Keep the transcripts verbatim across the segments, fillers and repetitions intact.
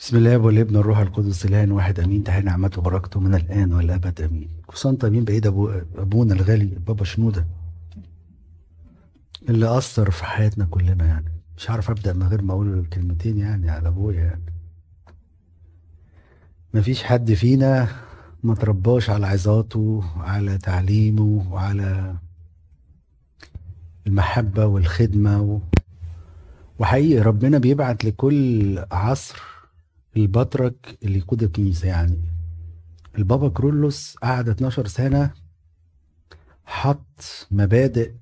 بسم الله والابن الروح القدس الان واحد امين. تحية نعمته وبركته من الان والابد امين. كل سنه وانتم طيبين بعيد أبو ابونا الغالي بابا شنوده اللي اثر في حياتنا كلنا. يعني مش عارف ابدا من غير ما اقول الكلمتين يعني على ابويا. يعني مفيش حد فينا ما ترباش على عظاته، على تعليمه، وعلى المحبه والخدمه و... وحقيقي ربنا بيبعت لكل عصر البطرك اللي يقود الكنيسه. يعني البابا كرولوس قعد اتناشر سنة حط مبادئ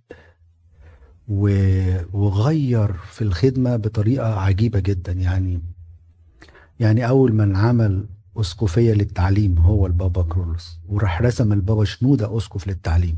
و- وغير في الخدمة بطريقة عجيبة جدا. يعني يعني أول من عمل أسقفية للتعليم هو البابا كرولوس، وراح رسم البابا شنودة أسقف للتعليم.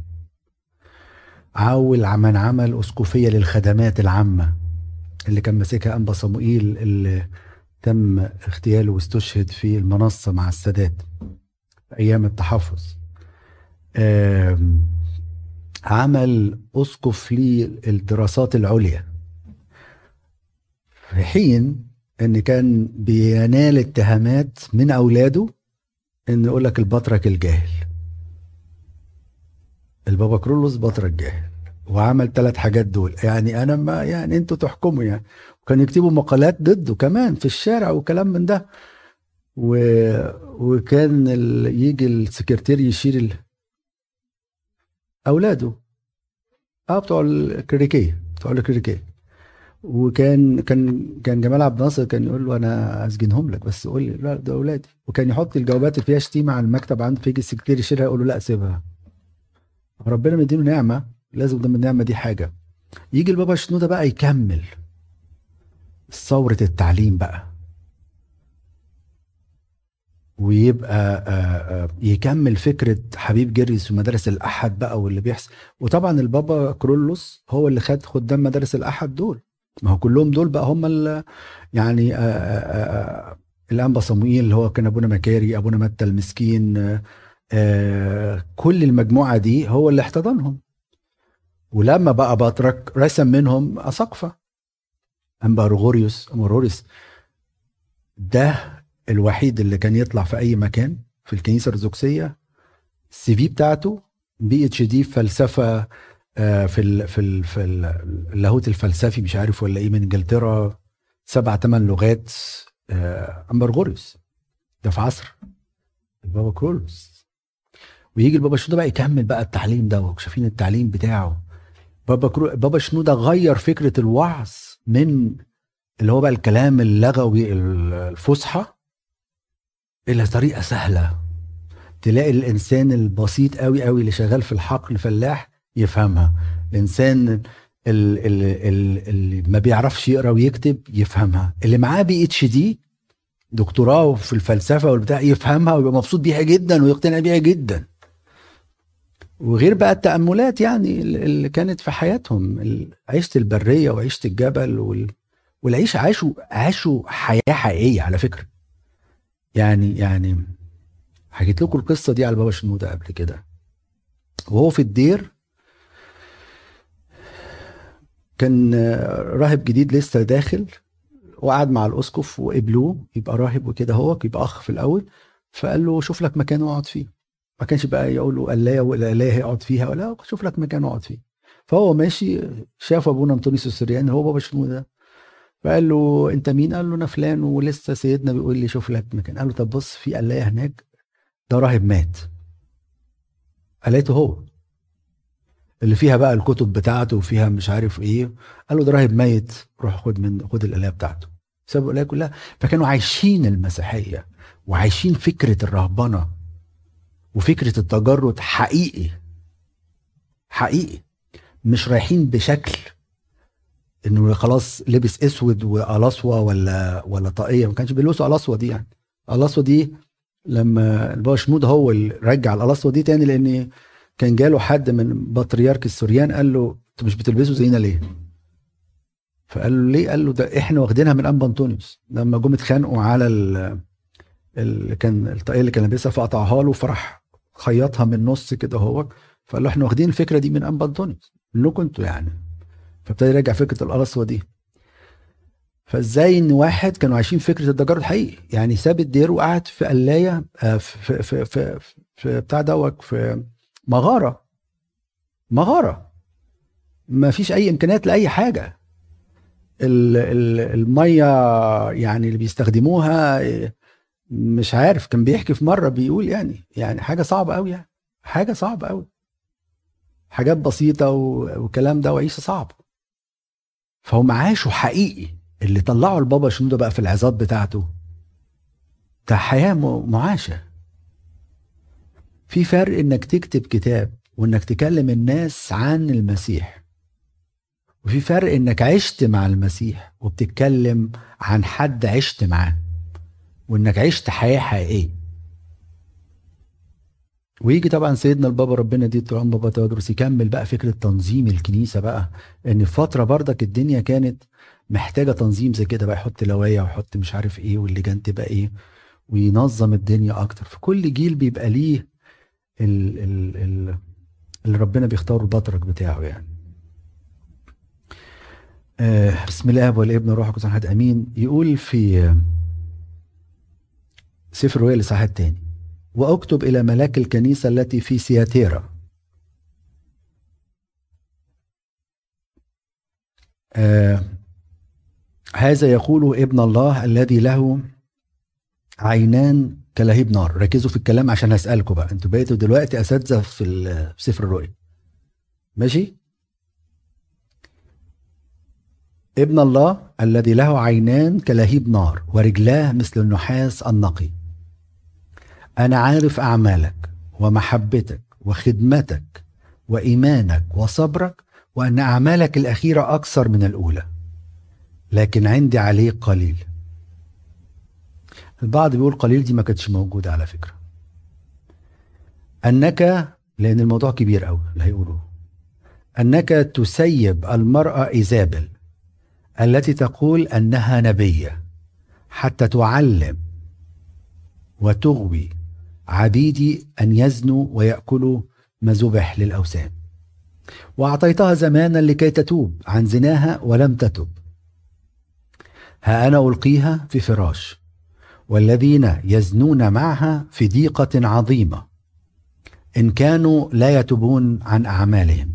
أول من عمل أسقفية للخدمات العامة اللي كان ماسكها أنبا صموئيل، اللي تم اغتياله واستشهد في المنصة مع السادات أيام التحفظ. آم، عمل أسقف للدراسات العليا في حين ان كان بينال اتهامات من اولاده ان يقول لك البطرك الجاهل. البابا كرولوس بطرك جاهل، وعمل ثلاث حاجات دول. يعني انا ما يعني انتوا تحكموا يعني. وكان يكتبوا مقالات ضده كمان في الشارع وكلام من ده. و... وكان ال... يجي السكرتير يشير ال... اولاده، اه بتوع الكريكيه بتوع الكريكيه. وكان كان كان جمال عبد الناصر كان يقول له انا اسجنهم لك بس قول لي لا ده اولادي. وكان يحط الجوابات اللي فيها شتيمه على المكتب عنده، فيجي السكرتير يشيلها يقول له لا سيبها. ربنا مديله نعمه، لازم ده من النعمه دي حاجه. يجي البابا شنوده بقى يكمل ثوره التعليم بقى، ويبقى آه، آه، يكمل فكره حبيب جريس ومدارس الاحد بقى واللي بيحصل. وطبعا البابا كرولوس هو اللي خد خدام مدارس الاحد دول. ما هو كلهم دول بقى هم ال يعني آه، آه، آه، الانبا صموئيل اللي هو كان ابونا مكاري، ابونا متى المسكين، آه، آه، كل المجموعه دي هو اللي احتضنهم. ولما بقى بطرك رسم منهم اساقفه. انبا غوريوس اموروريس ده الوحيد اللي كان يطلع في اي مكان في الكنيسه الارثوذكسيه السي في بتاعته بي اتش دي فلسفه، آه، في ال في ال في ال- اللاهوت الفلسفي مش عارف ولا ايه، من انجلترا، سبع ثمان لغات. آه، امبرغوريوس ده في عصر البابا كرولوس. ويجي البابا شنودة بقى يكمل بقى التعليم ده، وشايفين التعليم بتاعه. بابا كرو... بابا شنودة غير فكرة الوعظ من اللي هو بقى الكلام اللغوي الفصحى إلى طريقة سهلة تلاقي الإنسان البسيط قوي قوي اللي شغال في الحقل فلاح يفهمها. الإنسان اللي, اللي ما بيعرفش يقرا ويكتب يفهمها. اللي معاه بي اتش دي دكتوراه في الفلسفة والبتاع يفهمها ويبقى مبسوط بيها جدا ويقتنع بيها جدا. وغير بقى التأملات يعني اللي كانت في حياتهم، عيشة البرية وعيشة الجبل وال... والعيش عاشوا عاشوا حياة حقيقية على فكرة. يعني يعني حكيت لكم القصة دي على بابا شنودة قبل كده. وهو في الدير كان راهب جديد لسه داخل، وقعد مع الأسقف وقبلوه يبقى راهب وكده، هو يبقى أخ في الأول. فقال له شوف لك مكان اقعد فيه. ما كانش بقى يقول له قلايه والقلايه يقعد فيها، ولا شوف لك مكان اقعد فيه. فهو ماشي شاف ابونا انطونيوس السرياني هو بابا شنو ده. فقال له انت مين؟ قال له انا فلان، ولسه سيدنا بيقول لي شوف لك مكان. قال له طب بص في قلايه هناك، ده راهب مات. قلايته هو اللي فيها بقى الكتب بتاعته وفيها مش عارف ايه. قال له ده راهب ميت، روح خد من خد القلايه بتاعته. سابوا القلايه كلها. فكانوا عايشين المسيحيه وعايشين فكره الرهبنه وفكره التجرد حقيقي حقيقي. مش رايحين بشكل انه خلاص لبس اسود وقلاصوه ولا ولا طاقيه. ما كانش بيلبسوا قلاصوه دي يعني. قلاصوه دي لما البابا شنودة هو اللي رجع القلاصوه دي تاني، لان كان جاله حد من بطريرك السوريان قال له انتوا مش بتلبسوا زينا ليه؟ فقال له ليه؟ قال له ده احنا واخدينها من انبا انطونيوس لما جم اتخانقوا على ال... ال... كان الطاقيه اللي كان لابسها فقطعها له، فراح خيطها من النص كده هو. فقال له احنا واخدين الفكره دي من انبا انطونيوس منكم انتوا يعني. فابتدى يرجع فكره القلاصوه دي. فازاي ان واحد كانوا عايشين فكره الدجار الحقيقي، يعني ساب الدير وقعد في قلايه، آه، في في في, في بتاع دوت في مغاره مغاره ما فيش اي امكانيات لاي حاجه. ال- ال- الميه يعني اللي بيستخدموها، آه، مش عارف، كان بيحكي في مره بيقول يعني يعني حاجه صعبه قوي، يعني حاجه صعبه قوي، حاجات بسيطه و- والكلام ده، وعيشه صعبه. فهم عاشوا حقيقي. اللي طلعوا البابا شنودة بقى في العظات بتاعته ده حياه م- معاشه. في فرق انك تكتب كتاب وانك تكلم الناس عن المسيح، وفي فرق انك عشت مع المسيح وبتتكلم عن حد عشت معاه، وانك عشت حياة حقيقية. ويجي طبعا سيدنا البابا ربنا يديه الطول بابا تودرس يكمل بقى فكرة تنظيم الكنيسة بقى، ان في فترة برضك الدنيا كانت محتاجة تنظيم زي كده بقى، يحط لوايا ويحط مش عارف ايه واللجان تبقى ايه، وينظم الدنيا اكتر. في كل جيل بيبقى ليه ال ال ال اللي ربنا بيختاره البطرك بتاعه يعني. آه، بسم الله والابن والروح القدس احد امين. يقول في سفر الرؤيا الاصحاح الثاني: واكتب الى ملاك الكنيسه التي في سياتيرا، آه هذا يقول ابن الله الذي له عينان كلهيب نار. ركزوا في الكلام عشان هسألكم بقى، انتوا بقيتوا دلوقتي اساتذه في ال- في سفر الرؤيا، ماشي؟ ابن الله الذي له عينان كلهيب نار ورجلاه مثل النحاس النقي، انا عارف اعمالك ومحبتك وخدمتك وإيمانك وصبرك، وأن أعمالك الأخيرة أكثر من الأولى، لكن عندي عليك قليل. البعض بيقول قليل دي ما كانتش موجودة على فكرة. أنك، لأن الموضوع كبير أوي اللي هيقولوه، أنك تسيب المرأة إيزابل التي تقول أنها نبية حتى تعلم وتغوي عبيدي أن يزنوا ويأكلوا ما ذبح للأوثان، وأعطيتها زمانا لكي تتوب عن زناها ولم تتب. ها أنا ألقيها في فراش، والذين يزنون معها في ضيقة عظيمة إن كانوا لا يتوبون عن أعمالهم،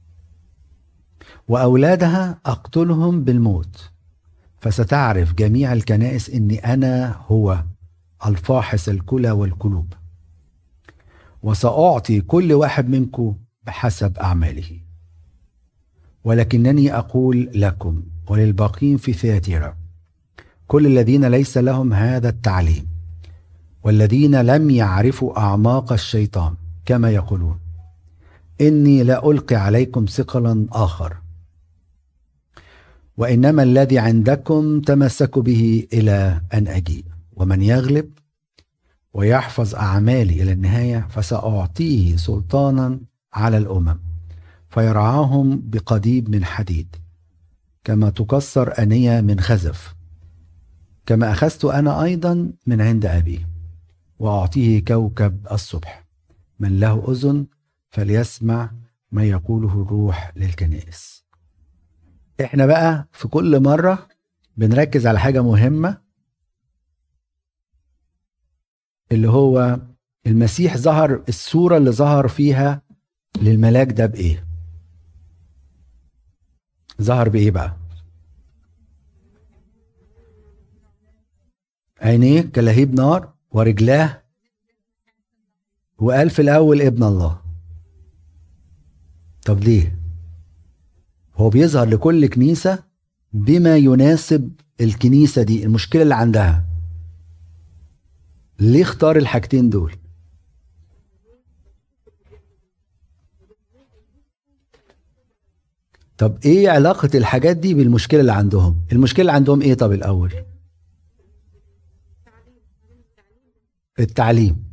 وأولادها أقتلهم بالموت. فستعرف جميع الكنائس إني أنا هو الفاحص الكلى والقلوب، وسأعطي كل واحد منكم بحسب أعماله. ولكنني أقول لكم وللباقين في ثياتيرا، كل الذين ليس لهم هذا التعليم والذين لم يعرفوا أعماق الشيطان كما يقولون، إني لا ألقي عليكم ثقلا آخر، وإنما الذي عندكم تمسكوا به إلى أن أجيء. ومن يغلب ويحفظ أعمالي إلى النهاية فسأعطيه سلطانا على الأمم، فيرعاهم بقضيب من حديد كما تكسر أنية من خزف، كما أخذت أنا أيضا من عند أبي. وأعطيه كوكب الصبح. من له أذن فليسمع ما يقوله الروح للكنائس. احنا بقى في كل مرة بنركز على حاجة مهمة، اللي هو المسيح ظهر، الصورة اللي ظهر فيها للملاك ده بإيه؟ ظهر بإيه بقى؟ عينيه كلهيب نار ورجلاه، وقال في الأول ابن الله. طب ليه؟ هو بيظهر لكل كنيسة بما يناسب الكنيسة دي، المشكلة اللي عندها. ليه اختار الحاجتين دول؟ طب ايه علاقة الحاجات دي بالمشكلة اللي عندهم؟ المشكلة اللي عندهم ايه؟ طب الأول التعليم.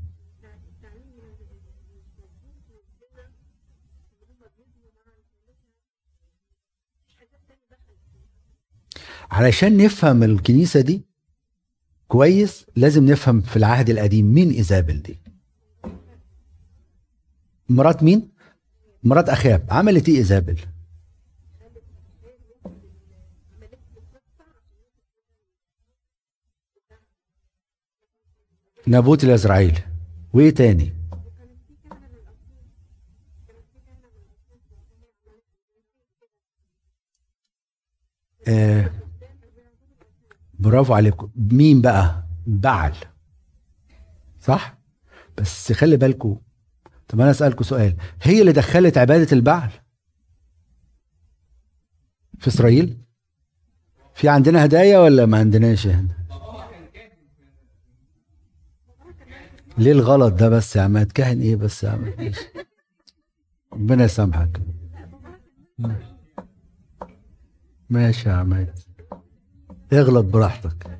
علشان نفهم الكنيسة دي كويس لازم نفهم في العهد القديم مين إيزابل دي. مرات مين؟ مرات أخاب. عملت ايه إيزابل؟ نابوت الازرعيلي. وايه تاني؟ آه برافو عليكم. مين بقى؟ بعل، صح. بس خلي بالكم، طب انا اسالكم سؤال، هي اللي دخلت عباده البعل في اسرائيل؟ في عندنا هدايا ولا ما عندناش هنا؟ ليه الغلط ده بس يا عم؟ تكهن ايه بس يا عم؟ ماشي. ربنا يسامحك. ماشي يا عم، اغلط براحتك.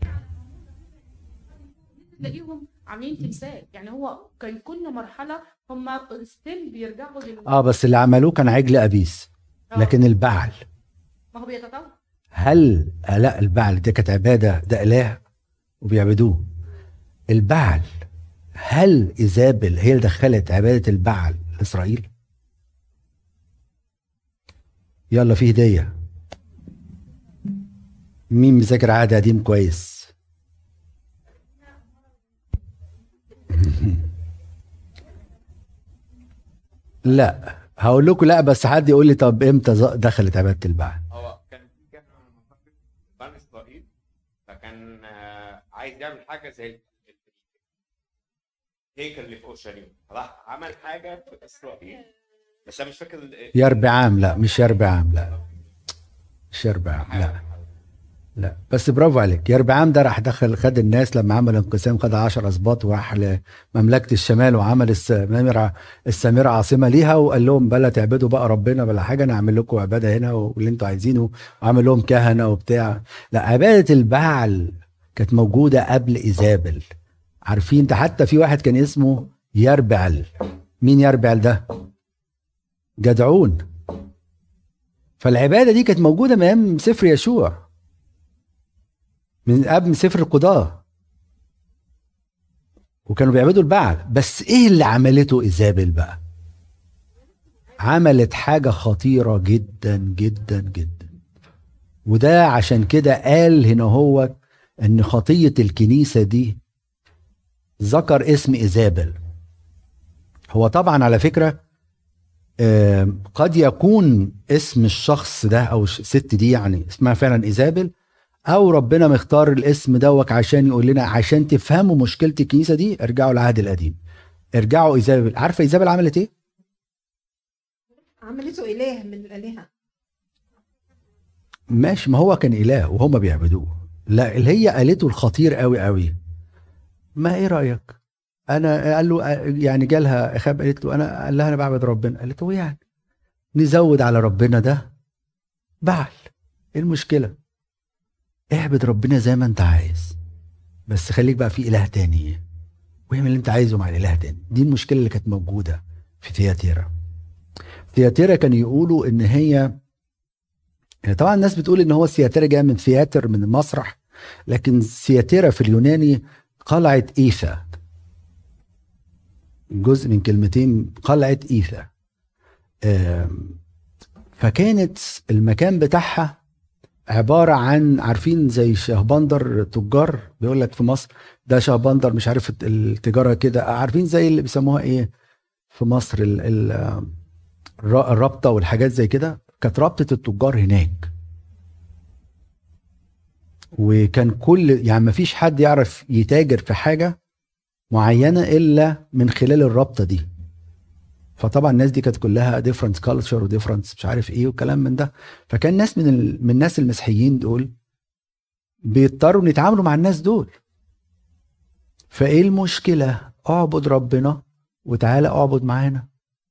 تلاقيهم عاملين تمثال، يعني هو كان كل مرحله هم ستيل بيرجعوا لل اه بس اللي عملوه كان عجل ابيس، اه لكن البعل، ما هو بيتطور. هل آه لا، البعل دي كانت عباده، ده اله وبيعبدوه. البعل، هل ايزابل هي اللي دخلت عباده البعل لاسرائيل؟ يلا في هديه. مين مذاكر عهد قديم كويس؟ لا هقول لكم، لا بس حد يقول لي طب امتى ز- دخلت عباده البعل؟ هو كان في كهنة من منطقة بني إسرائيل، فكان آه، عايز يعمل حاجة زي الهيكل اللي في أورشليم، راح عمل حاجة في إسرائيل بس أنا مش فاكر ال- يربعام، لا مش يربعام، لا مش يربعام، لا لا. بس برافو عليك، يربعام ده راح دخل خد الناس لما عمل انقسام، خد عشر اسباط وراح لمملكه الشمال وعمل السامره، السامره عاصمه ليها، وقال لهم بلا تعبدوا بقى ربنا بلا حاجه، انا اعمل لكم عباده هنا واللي انتوا عايزينه، وعمل لهم كهنه وبتاع. لا، عباده البعل كانت موجوده قبل ايزابل. عارفين انت، حتى في واحد كان اسمه يربعل. مين يربعل ده؟ جدعون. فالعباده دي كانت موجوده من ايام سفر يشوع، من قبل سفر القضاء، وكانوا بيعبدوا البعل. بس ايه اللي عملته ايزابل بقى؟ عملت حاجة خطيرة جدا جدا جدا، وده عشان كده قال هنا هو ان خطية الكنيسة دي ذكر اسم ايزابل. هو طبعا على فكرة آم، قد يكون اسم الشخص ده او الست دي يعني اسمها فعلا ايزابل، او ربنا مختار الاسم دوك عشان يقول لنا عشان تفهموا مشكله الكنيسه دي ارجعوا العهد القديم، ارجعوا ايزابل. عارفه ايزابل عملت ايه؟ عملته اله من الالهه. ماشي، ما هو كان اله وهم بيعبدوه. لا، اللي هي قالته الخطير قوي قوي، ما ايه رايك؟ انا قال له يعني جالها اخاب قالت له، انا قال لها انا بعبد ربنا، قالت له يعني نزود على ربنا ده بعل، ايه المشكله؟ اعبد ربنا زي ما انت عايز، بس خليك بقى في اله تاني واعمل اللي انت عايزه مع الاله تاني. دي المشكله اللي كانت موجوده في ثياتيرا. ثياتيرا كانوا يقولوا ان هي، يعني طبعا الناس بتقول ان هو ثياتيرا جايه من ثياتر من المسرح، لكن ثياتيرا في اليوناني قلعه ايثا، جزء من كلمتين قلعه ايثا. آم، فكانت المكان بتاعها عباره عن، عارفين زي شهبندر تجار، بيقول لك في مصر ده شهبندر مش عارف التجاره كده، عارفين زي اللي بيسموها ايه في مصر ال ال الر- الرابطه والحاجات زي كده. كانت رابطه التجار هناك، وكان كل يعني ما فيش حد يعرف يتاجر في حاجه معينه الا من خلال الرابطه دي. فطبعا الناس دي كانت كلها ديفرنت كالتشر وديفرنت مش عارف ايه وكلام من ده. فكان ناس من ال... من الناس المسيحيين دول بيضطروا يتعاملوا مع الناس دول. فايه المشكله؟ اعبد ربنا وتعالى اعبد معانا.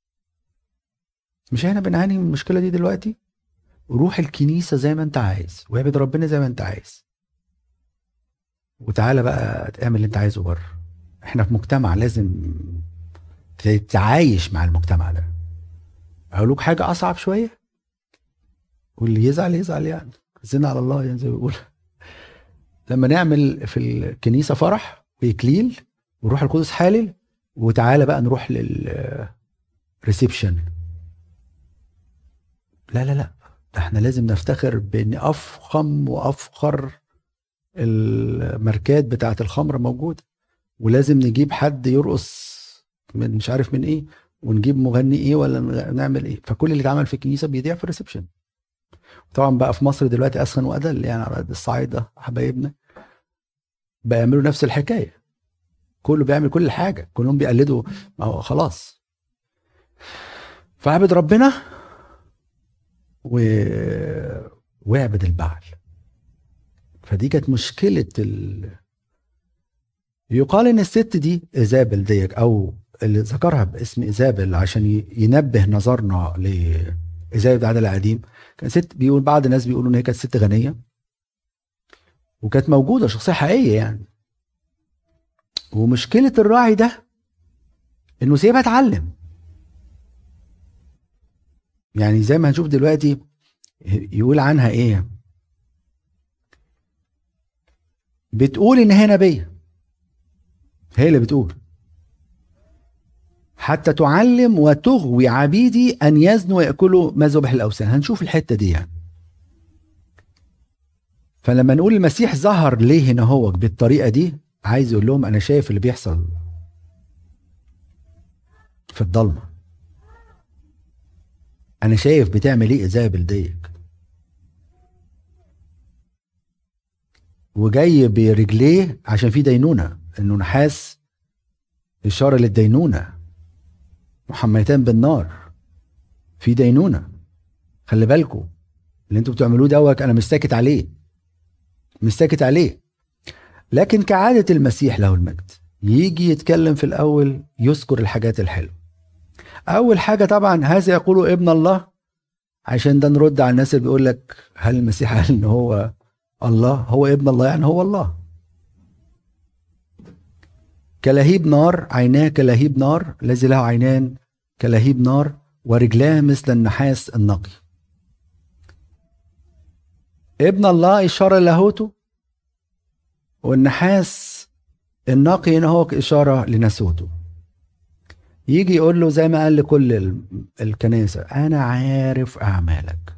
مش احنا بنعاني من المشكله دي دلوقتي؟ روح الكنيسه زي ما انت عايز واعبد ربنا زي ما انت عايز، وتعالى بقى اعمل اللي انت عايزه بره. احنا في مجتمع لازم تتعايش مع المجتمع ده. اقولك حاجه اصعب شويه، واللي يزعل يزعل، يعني زين على الله يعني زي ما بيقول. لما نعمل في الكنيسه فرح واكليل وروح القدس حالل، وتعالى بقى نروح للريسبشن، لا لا لا، ده احنا لازم نفتخر بان افخم وافخر الماركات بتاعه الخمر موجوده، ولازم نجيب حد يرقص من مش عارف من ايه، ونجيب مغني ايه ولا نعمل ايه. فكل اللي اتعمل في الكنيسه بيضيع في الريسبشن. طبعا بقى في مصر دلوقتي اسخن وادل، يعني على قد الصعايده حبايبنا بيعملوا نفس الحكايه، كله بيعمل كل حاجه، كلهم بيقلدوا، ما هو خلاص. فعبد ربنا و... ويعبد البعل. فدي كانت مشكله ال... يقال ان الست دي ايزابل ديك، او اللي ذكرها باسم ايزابل عشان ينبه نظرنا لايزابل العهد القديم، كانت ست، بيقول بعض الناس بيقولوا ان هي كانت ست غنيه وكانت موجوده شخصيه حقيقيه يعني. ومشكله الراعي ده انه سيبها اتعلم، يعني زي ما هنشوف دلوقتي يقول عنها ايه، بتقول ان هي نبيه، هي اللي بتقول حتى تعلم وتغوي عبيدي ان يزنوا وياكلوا ما ذبح الاوثان. هنشوف الحته دي يعني. فلما نقول المسيح ظهر ليه هنا هو بالطريقه دي، عايز يقول لهم انا شايف اللي بيحصل في الضلمه، انا شايف بتعمل ايه ايزابل ديك، وجاي برجليه عشان في دينونه، انه نحاس اشاره للدينونه، محميتان بالنار، في دينونه، خلي بالكم اللي انتوا بتعملوه دوت انا مش ساكت عليه، مش ساكت عليه. لكن كعاده المسيح له المجد يجي يتكلم في الاول يذكر الحاجات الحلوه. اول حاجه طبعا هذا يقول ابن الله، عشان ده نرد على الناس اللي بيقول لك هل المسيح قال ان هو الله؟ هو ابن الله يعني هو الله. كلهيب نار، عيناه كلهيب نار، الذي له عينان كلهيب نار ورجلاه مثل النحاس النقي. ابن الله إشارة لاهوته، والنحاس النقي هنا هو إشارة لناسوته. يجي يقول له زي ما قال لكل الكنيسة أنا عارف أعمالك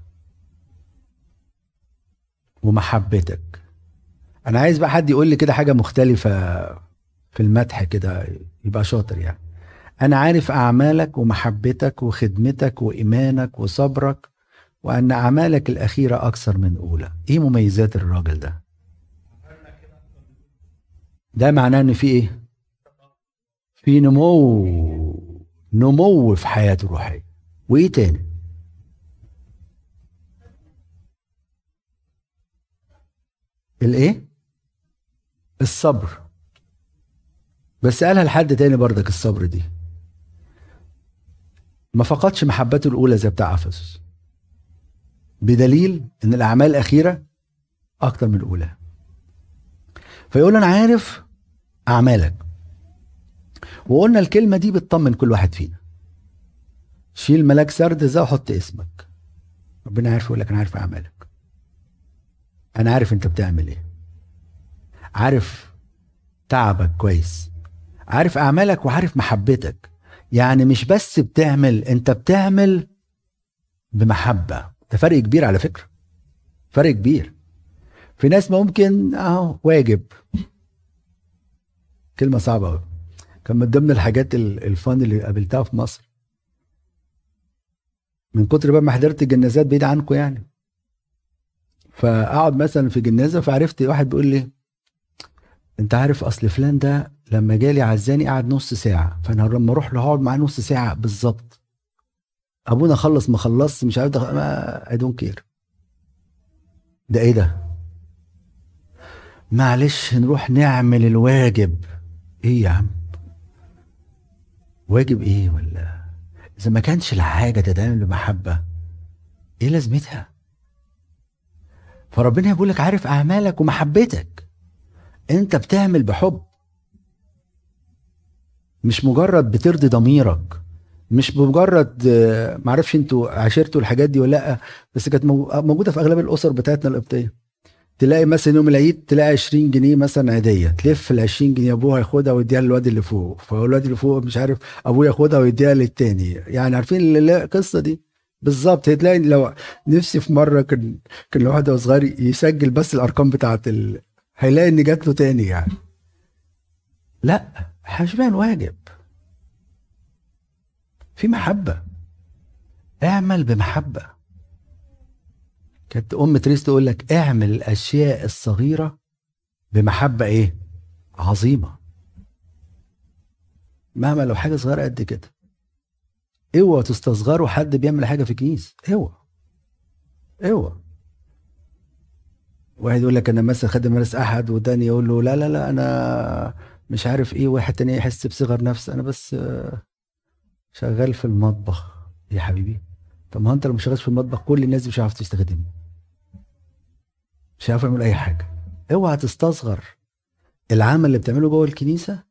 ومحبتك. أنا عايز بقى حد يقول لي كده حاجة مختلفة في المدح كده يبقى شاطر يعني. أنا عارف أعمالك ومحبتك وخدمتك وإيمانك وصبرك، وأن أعمالك الأخيرة أكثر من أولى. إيه مميزات الراجل ده؟ ده معناه إن في إيه؟ في نمو، نمو في حياته الروحية. وإيه تاني؟ الإيه؟ الصبر. بس قالها لحد تاني بردك الصبر دي، ما فقدش محبته الأولى زي بتاع أفسس، بدليل ان الاعمال الاخيره اكتر من الاولى. فيقول انا عارف اعمالك. وقلنا الكلمه دي بتطمن كل واحد فينا. شيل ملاك سرد ده وحط اسمك، ربنا عارف يقول لك انا عارف اعمالك، انا عارف انت بتعمل ايه، عارف تعبك كويس، عارف اعمالك وعارف محبتك. يعني مش بس بتعمل، انت بتعمل بمحبه. ده فرق كبير على فكرة، فرق كبير. في ناس ممكن اهو واجب، كلمة صعبة قوي. كان من ضمن الحاجات الفن اللي قابلتها في مصر، من كتر بقى ما حضرت الجنازات بعيد عنكم يعني، فاقعد مثلا في جنازة فعرفت واحد بيقول لي انت عارف اصل فلان ده لما جالي عزاني قعد نص ساعة، فانا لما اروح له هقعد معاه نص ساعة بالظبط. ابونا خلص ما خلص مش عارف ده، I don't care. ده ايه ده؟ معلش نروح نعمل الواجب. ايه يا عم واجب ايه؟ ولا اذا ما كانش الحاجه تتعمل بمحبه ايه لازمتها؟ فربنا بيقول لك عارف اعمالك ومحبتك، انت بتعمل بحب، مش مجرد بترضي ضميرك، مش مجرد معرفش انتوا عاشرتوا الحاجات دي ولا لا، بس كانت موجوده في اغلب الاسر بتاعتنا القبطيه. تلاقي مثلا يوم العيد تلاقي عشرين جنيه مثلا عيديه، تلف ال عشرين جنيه ابوها ياخدها ويديها للواد اللي فوق، فالواد اللي فوق مش عارف ابوه ياخدها ويديها للتاني. يعني عارفين القصه دي بالظبط. هتلاقي لو نفسي في مره كان كان الواحد وهو صغير يسجل بس الارقام بتاعت ال... هيلاقي ان جات له تاني يعني. لا، حسبان واجب، في محبة، اعمل بمحبة. كانت ام تريس تقول لك اعمل الاشياء الصغيرة بمحبة ايه عظيمة. مهما لو حاجة صغيرة قد كده، اوعوا تستصغروا حد بيعمل حاجة في كنيسة، اوعوا اوعوا. واحد يقول لك انا مثلا خادم مدرسة احد، والتاني يقول له لا لا لا انا مش عارف ايه، واحد تاني يحس بصغر نفس، انا بس شغال في المطبخ. يا حبيبي، طب ما انت لو مش شغال في المطبخ كل الناس مش هتعرف تستخدمه، مش هيعرفوا يعملوا اي حاجه. اوعى تستصغر العمل اللي بتعمله جوه الكنيسه،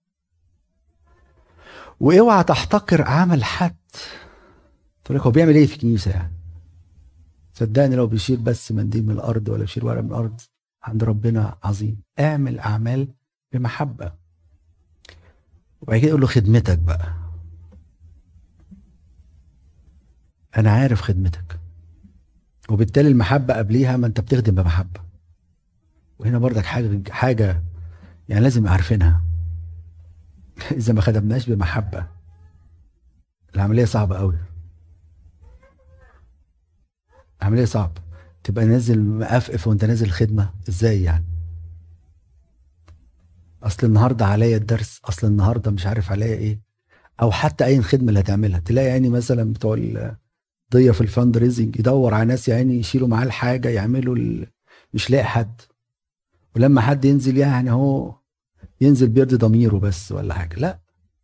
واوعى تحتقر عمل حد. تقول لك هو بيعمل ايه في الكنيسه يعني؟ صدقني لو بيشيل بس منديل من الارض ولا بيشيل ورق من الارض، عند ربنا عظيم. اعمل اعمال بمحبه. وبعد كده يقول له خدمتك بقى، انا عارف خدمتك، وبالتالي المحبه قبليها ما انت بتخدم بمحبه. وهنا برضك حاجه حاجه يعني لازم عارفينها. اذا ما خدمناش بمحبه العمليه صعبه قوي، عمليه صعبه. تبقى نازل مقفقف وانت نازل خدمه ازاي يعني؟ اصل النهارده عليا الدرس، اصل النهارده مش عارف عليا ايه. او حتى اي خدمه اللي هتعملها تلاقي يعني مثلا بتوع الضيه في الفاند ريزنج يدور على ناس يعني يشيلوا معاه الحاجه، يعملوا ال... مش لاقي حد. ولما حد ينزل يعني هو ينزل بيرضي ضميره بس ولا حاجه. لا،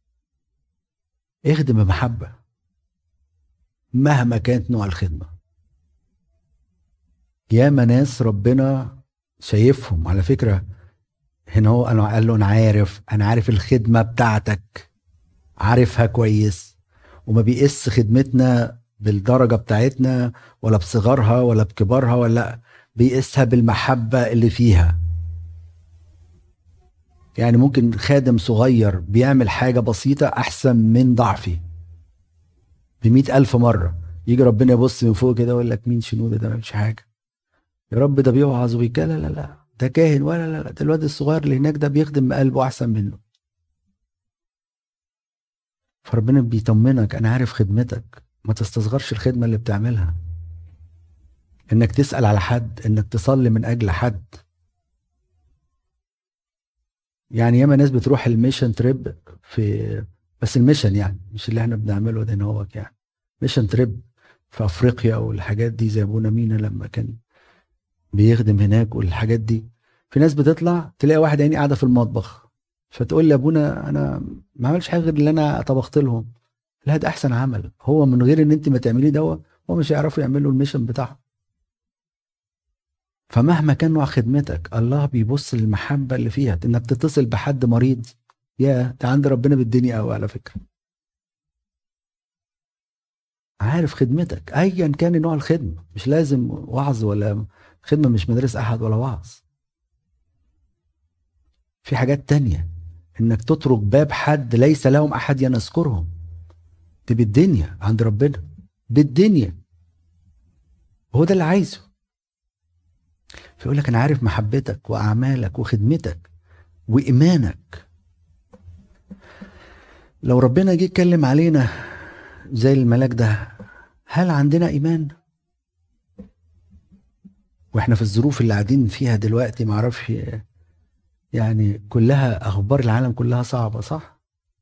اخدم بمحبه مهما كانت نوع الخدمه. ياما ناس ربنا شايفهم على فكره. هنا هو انا قال له انا عارف انا عارف الخدمه بتاعتك، عارفها كويس، وما بيقيس خدمتنا بالدرجه بتاعتنا ولا بصغرها ولا بكبرها، ولا بيقيسها بالمحبه اللي فيها. يعني ممكن خادم صغير بيعمل حاجه بسيطه احسن من ضعفي بمئة ألف مرة. يجي ربنا يبص من فوق كده ويقول لك مين شنودة ده؟ ما مش حاجة يا رب، ده بيوعظ وبيتكلم. لا لا لا، ده كاهن. ولا لا لا، ده الواد الصغير اللي هناك ده بيخدم بقلبه أحسن منه. فربنا بيطمنك، أنا عارف خدمتك، ما تستصغرش الخدمة اللي بتعملها. إنك تسأل على حد، إنك تصلي من أجل حد. يعني ياما ناس بتروح الميشن تريب في، بس الميشن يعني مش اللي احنا بنعمله ده هوك يعني، ميشن تريب في افريقيا والحاجات دي، زي ابونا مينا لما كان بيخدم هناك والحاجات دي. في ناس بتطلع تلاقي واحد عيني قاعده في المطبخ، فتقول لي ابونا انا ما عملش حاجه غير اللي انا طبخت لهم. لا، ده احسن عمل. هو من غير ان انت ما تعمليه دوا هو مش هيعرفوا يعملوا الميشن بتاعهم. فمهما كان نوع خدمتك الله بيبص للمحبه اللي فيها. انك تتصل بحد مريض، يا ده عند ربنا بالدنيا قوي على فكره. عارف خدمتك ايا كان نوع الخدمه، مش لازم وعظ ولا خدمه مش مدارس احد ولا وعظ. في حاجات تانية، انك تترك باب حد ليس لهم احد ينذكرهم، دي بالدنيا عند ربنا، بالدنيا. هو ده اللي عايزه. فيقول لك انا عارف محبتك واعمالك وخدمتك وايمانك. لو ربنا جه يتكلم علينا زي الملاك ده، هل عندنا ايمان؟ واحنا في الظروف اللي قاعدين فيها دلوقتي، معرفش يعني، كلها اخبار العالم كلها صعبة، صح؟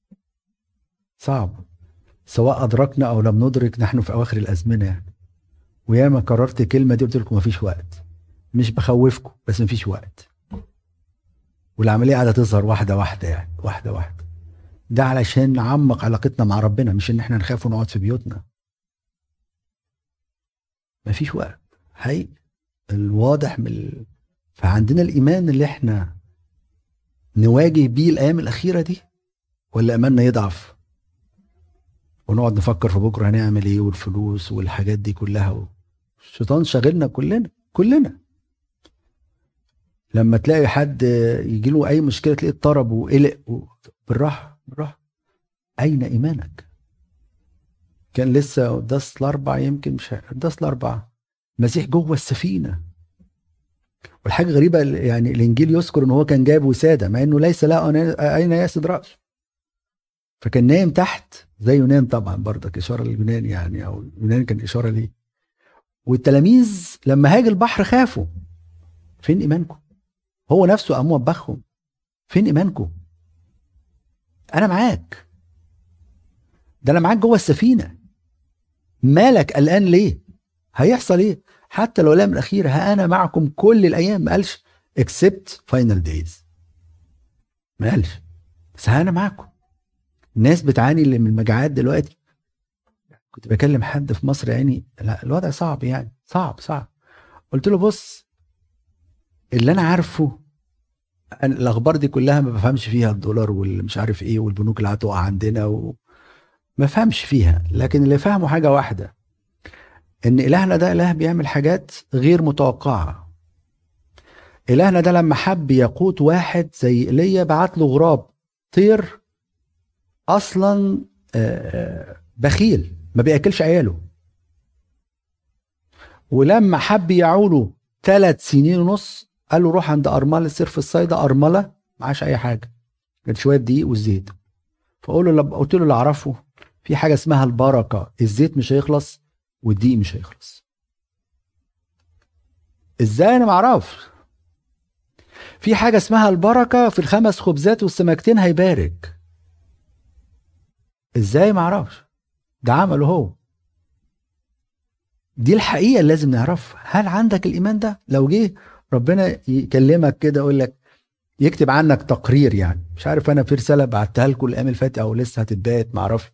صعب، سواء ادركنا او لم ندرك، نحن في اواخر الازمنة يعني. وياما كررت الكلمة دي، قلت لكم مفيش وقت. مش بخوفكم، بس مفيش وقت. والعملية قاعدة تظهر واحدة واحدة يعني، واحدة واحدة. ده علشان نعمق علاقتنا مع ربنا، مش ان احنا نخاف ونقعد في بيوتنا. مفيش وقت حقيقي الواضح من ال... فعندنا الايمان اللي احنا نواجه بيه الايام الاخيره دي، ولا ايماننا يضعف ونقعد نفكر في بكره هنعمل ايه والفلوس والحاجات دي كلها. الشيطان شاغلنا كلنا كلنا. لما تلاقي حد يجي له اي مشكله تلاقيه اضطرب وقلق و... بالراحه بالراحه. اين ايمانك؟ كان لسه قداس الاربع، يمكن مش قداس الاربع، المسيح جوه السفينه والحاجه غريبه يعني الانجيل يذكر ان هو كان جايب وساده مع انه ليس له اين يسد راسه، فكان نايم تحت زي يونان طبعا، برضك اشاره لليونان يعني، او يونان كان اشاره ليه. والتلاميذ لما هاج البحر خافوا. فين ايمانكم؟ هو نفسه قام وبخهم. فين ايمانكم؟ انا معاك، ده انا معاك جوه السفينه، مالك قلقان ليه؟ هيحصل ايه؟ حتى لو لم الاخير ها انا معكم كل الايام، ما قالش except final days، ما قالش، بس ها انا معاكم. الناس بتعاني اللي من المجاعات دلوقتي. كنت بكلم حد في مصر يعني، لا الوضع صعب يعني، صعب صعب. قلت له بص، اللي انا عارفه أنا الاخبار دي كلها ما بفهمش فيها، الدولار واللي مش عارف ايه والبنوك اللي هتقع عندنا و... ما فهمش فيها، لكن اللي فهمه حاجه واحده، ان الهنا ده اله بيعمل حاجات غير متوقعه. الهنا ده لما حب يقوت واحد زي ايليا بعت له غراب طير اصلا بخيل ما بياكلش عياله، ولما حب يعوله ثلاث سنين ونص قال له روح عند ارمله سير في الصيدا، ارمله معاش اي حاجه غير شويه دقيق والزيت. فقول له، قلت له اللي اعرفه في حاجه اسمها البركه، الزيت مش هيخلص والدقيق مش هيخلص. ازاي؟ انا ما اعرفش. في حاجه اسمها البركه، في الخمس خبزات والسمكتين هيبارك. ازاي؟ ما اعرفش، ده عمله هو. دي الحقيقه اللي لازم نعرفها. هل عندك الايمان ده؟ لو جه ربنا يكلمك كده يقول لك، يكتب عنك تقرير يعني، مش عارف، انا في رساله بعتها لكم الايام اللي فاتت او لسه هتتبعت ما اعرفش،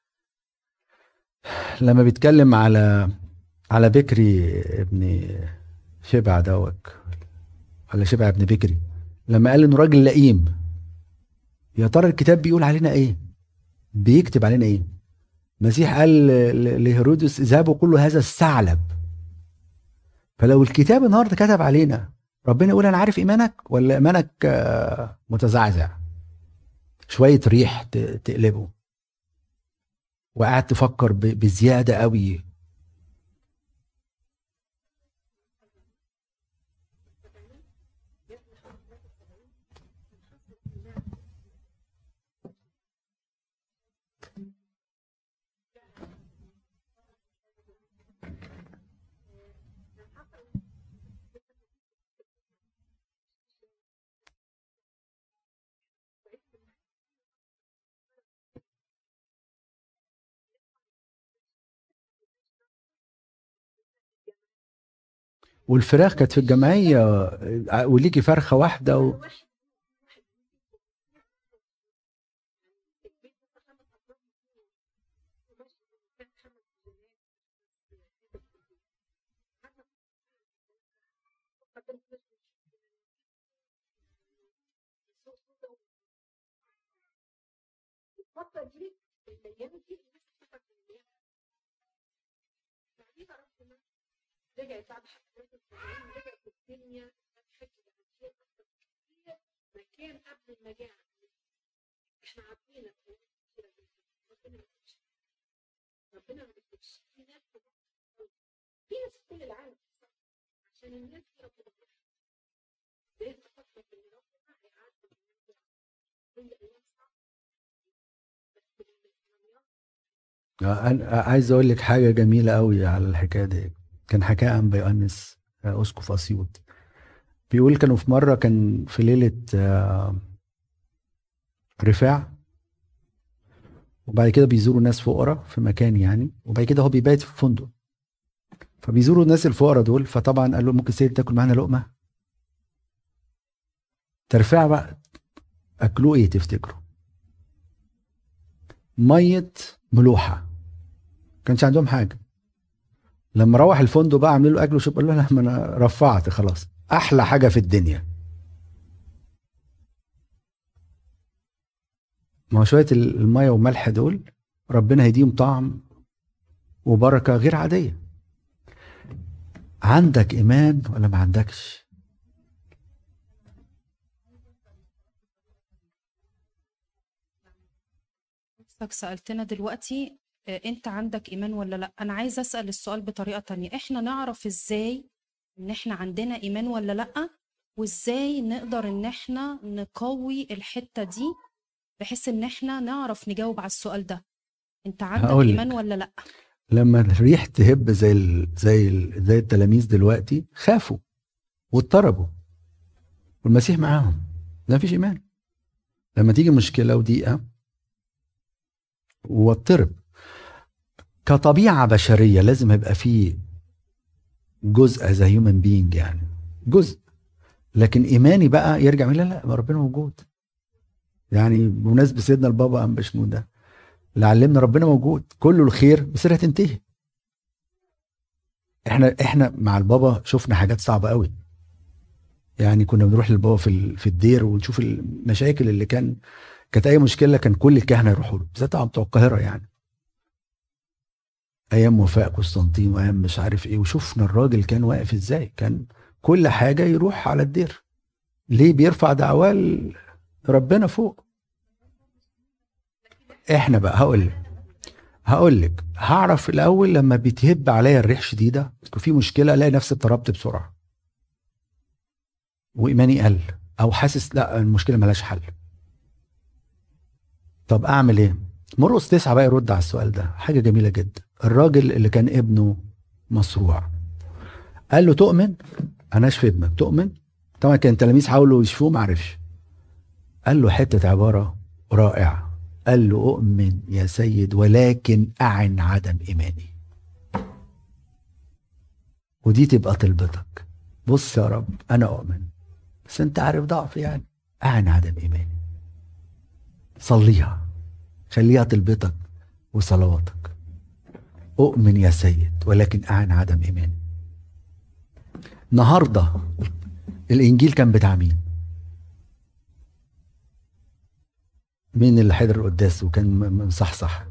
لما بيتكلم على على بكري ابن شبع دوك، ولا شبع ابن بكري، لما قال انه راجل لئيم. يا ترى الكتاب بيقول علينا ايه؟ بيكتب علينا ايه؟ المسيح قال لهيرودس اذهبوا كل هذا الثعلب. فلو الكتاب النهارده كتب علينا، ربنا يقول انا عارف ايمانك ولا ايمانك متزعزع شويه ريح تقلبه وقاعد تفكر بزياده قوي. والفراخ كانت في الجمعيه وليكي فرخه واحده و... رجعت بعد حفلات التسعين، رجعت الدنيا فتحت مكان قبل المجاعة. احنا عارفين ربنا ما بيكتبش، ربنا ما بيكتبش. في ناس في ناس في كل العالم عشان الناس دي ربنا زي تفكر ان ربنا هيعدي كل ايام صعبة. انا عايز اقول لك حاجه جميله قوي على الحكايه دي. كان حكاها عن بيؤنس اسقف اسيوط، بيقول كانوا في مره، كان في ليله رفاع، وبعد كده بيزوروا ناس فقراء في مكان يعني، وبعد كده هو بيبيت في فندق، فبيزوروا الناس الفقراء دول، فطبعا قال له ممكن سيد تاكل معانا لقمه؟ ترفع بقى اكلوا ايه تفتكروا؟ ميه ملوحه، كانش عندهم حاجه. لما روح الفندق بقى عاملين له اكل وشرب، قال له لا ما انا رفعت خلاص، احلى حاجه في الدنيا. ما هو شويه الميه والملح دول ربنا هيديهم طعم وبركه غير عاديه. عندك ايمان ولا ما عندكش؟ سألتنا دلوقتي انت عندك ايمان ولا لا. انا عايزه اسال السؤال بطريقه تانية، احنا نعرف ازاي ان احنا عندنا ايمان ولا لا؟ وازاي نقدر ان احنا نقوي الحتة دي بحيث ان احنا نعرف نجاوب على السؤال ده، انت عندك هقولك. ايمان ولا لا؟ لما الريح تهب زي ال زي ال زي التلاميذ دلوقتي خافوا واضطربوا والمسيح معاهم، ده مفيش ايمان. لما تيجي مشكله وضيقه واضطرب كطبيعه بشريه لازم يبقى فيه جزء زي هيومن بينج، يعني جزء. لكن ايماني بقى يرجع لا لا ربنا موجود. يعني بمناسبه سيدنا البابا ام بشنود ده اللي علمنا ربنا موجود، كله الخير بس هتنتهي. احنا احنا مع البابا شفنا حاجات صعبه قوي. يعني كنا بنروح للبابا في في الدير ونشوف المشاكل اللي كان كانت اي مشكله كان كل الكهنه يروحوا له، بالذات طبعا بتوع القاهره. يعني ايام وفاء قسطنطين وايام مش عارف ايه، وشفنا الراجل كان واقف ازاي، كان كل حاجه يروح على الدير. ليه؟ بيرفع دعواه ربنا فوق. احنا بقى هقول هقول لك هعرف الاول لما بتهب عليا الريح شديده وفي مشكله الاقي نفسي اضطربت بسرعه وايماني قل، او حاسس لا المشكله ملهاش حل. طب اعمل ايه؟ مرقس تسعة بقى يرد على السؤال ده، حاجه جميله جدا. الراجل اللي كان ابنه مصروع قال له تؤمن؟ انا اشفي ابنك، تؤمن؟ طبعا كان التلاميذ حاولوا يشفوه ما عرفش. قال له حته عباره رائعه، قال له اؤمن يا سيد ولكن اعن عدم ايماني. ودي تبقى طلبتك، بص يا رب انا اؤمن بس انت عارف ضعفي، يعني اعن عدم ايماني. صليها، خليها طلبتك وصلواتك. اؤمن يا سيد ولكن اعن عدم ايماني. النهارده الانجيل كان بتاع مين؟ مين اللي حضر القداس وكان مصحصح؟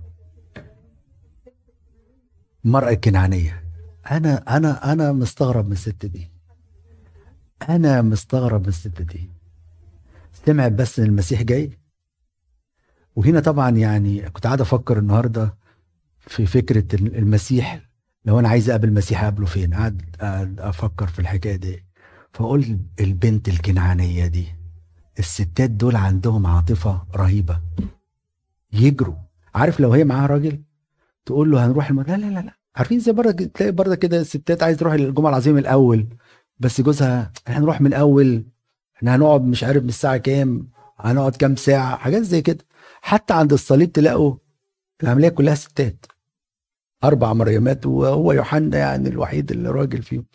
المرأة الكنعانية. انا انا انا مستغرب من الست دي، انا مستغرب من الست دي. سمعت بس ان المسيح جاي. وهنا طبعا يعني كنت قاعد افكر النهارده في فكره المسيح، لو انا عايز اقابل المسيح اقابله فين؟ قاعد قاعد افكر في الحكايه دي، فاقول البنت الكنعانيه دي، الستات دول عندهم عاطفه رهيبه، يجروا. عارف لو هي معاها راجل تقول له هنروح الم... لا لا لا لا، عارفين زي بره تلاقي بره كده الستات عايز تروح الجمعه العظيمه الاول، بس جوزها احنا هنروح من الاول، احنا هنقعد مش عارف من الساعه كام، هنقعد كام ساعه، حاجات زي كده. حتى عند الصليب تلاقوا العمليه كلها ستات، اربع مريمات وهو يوحنا يعني الوحيد اللي راجل فيهم.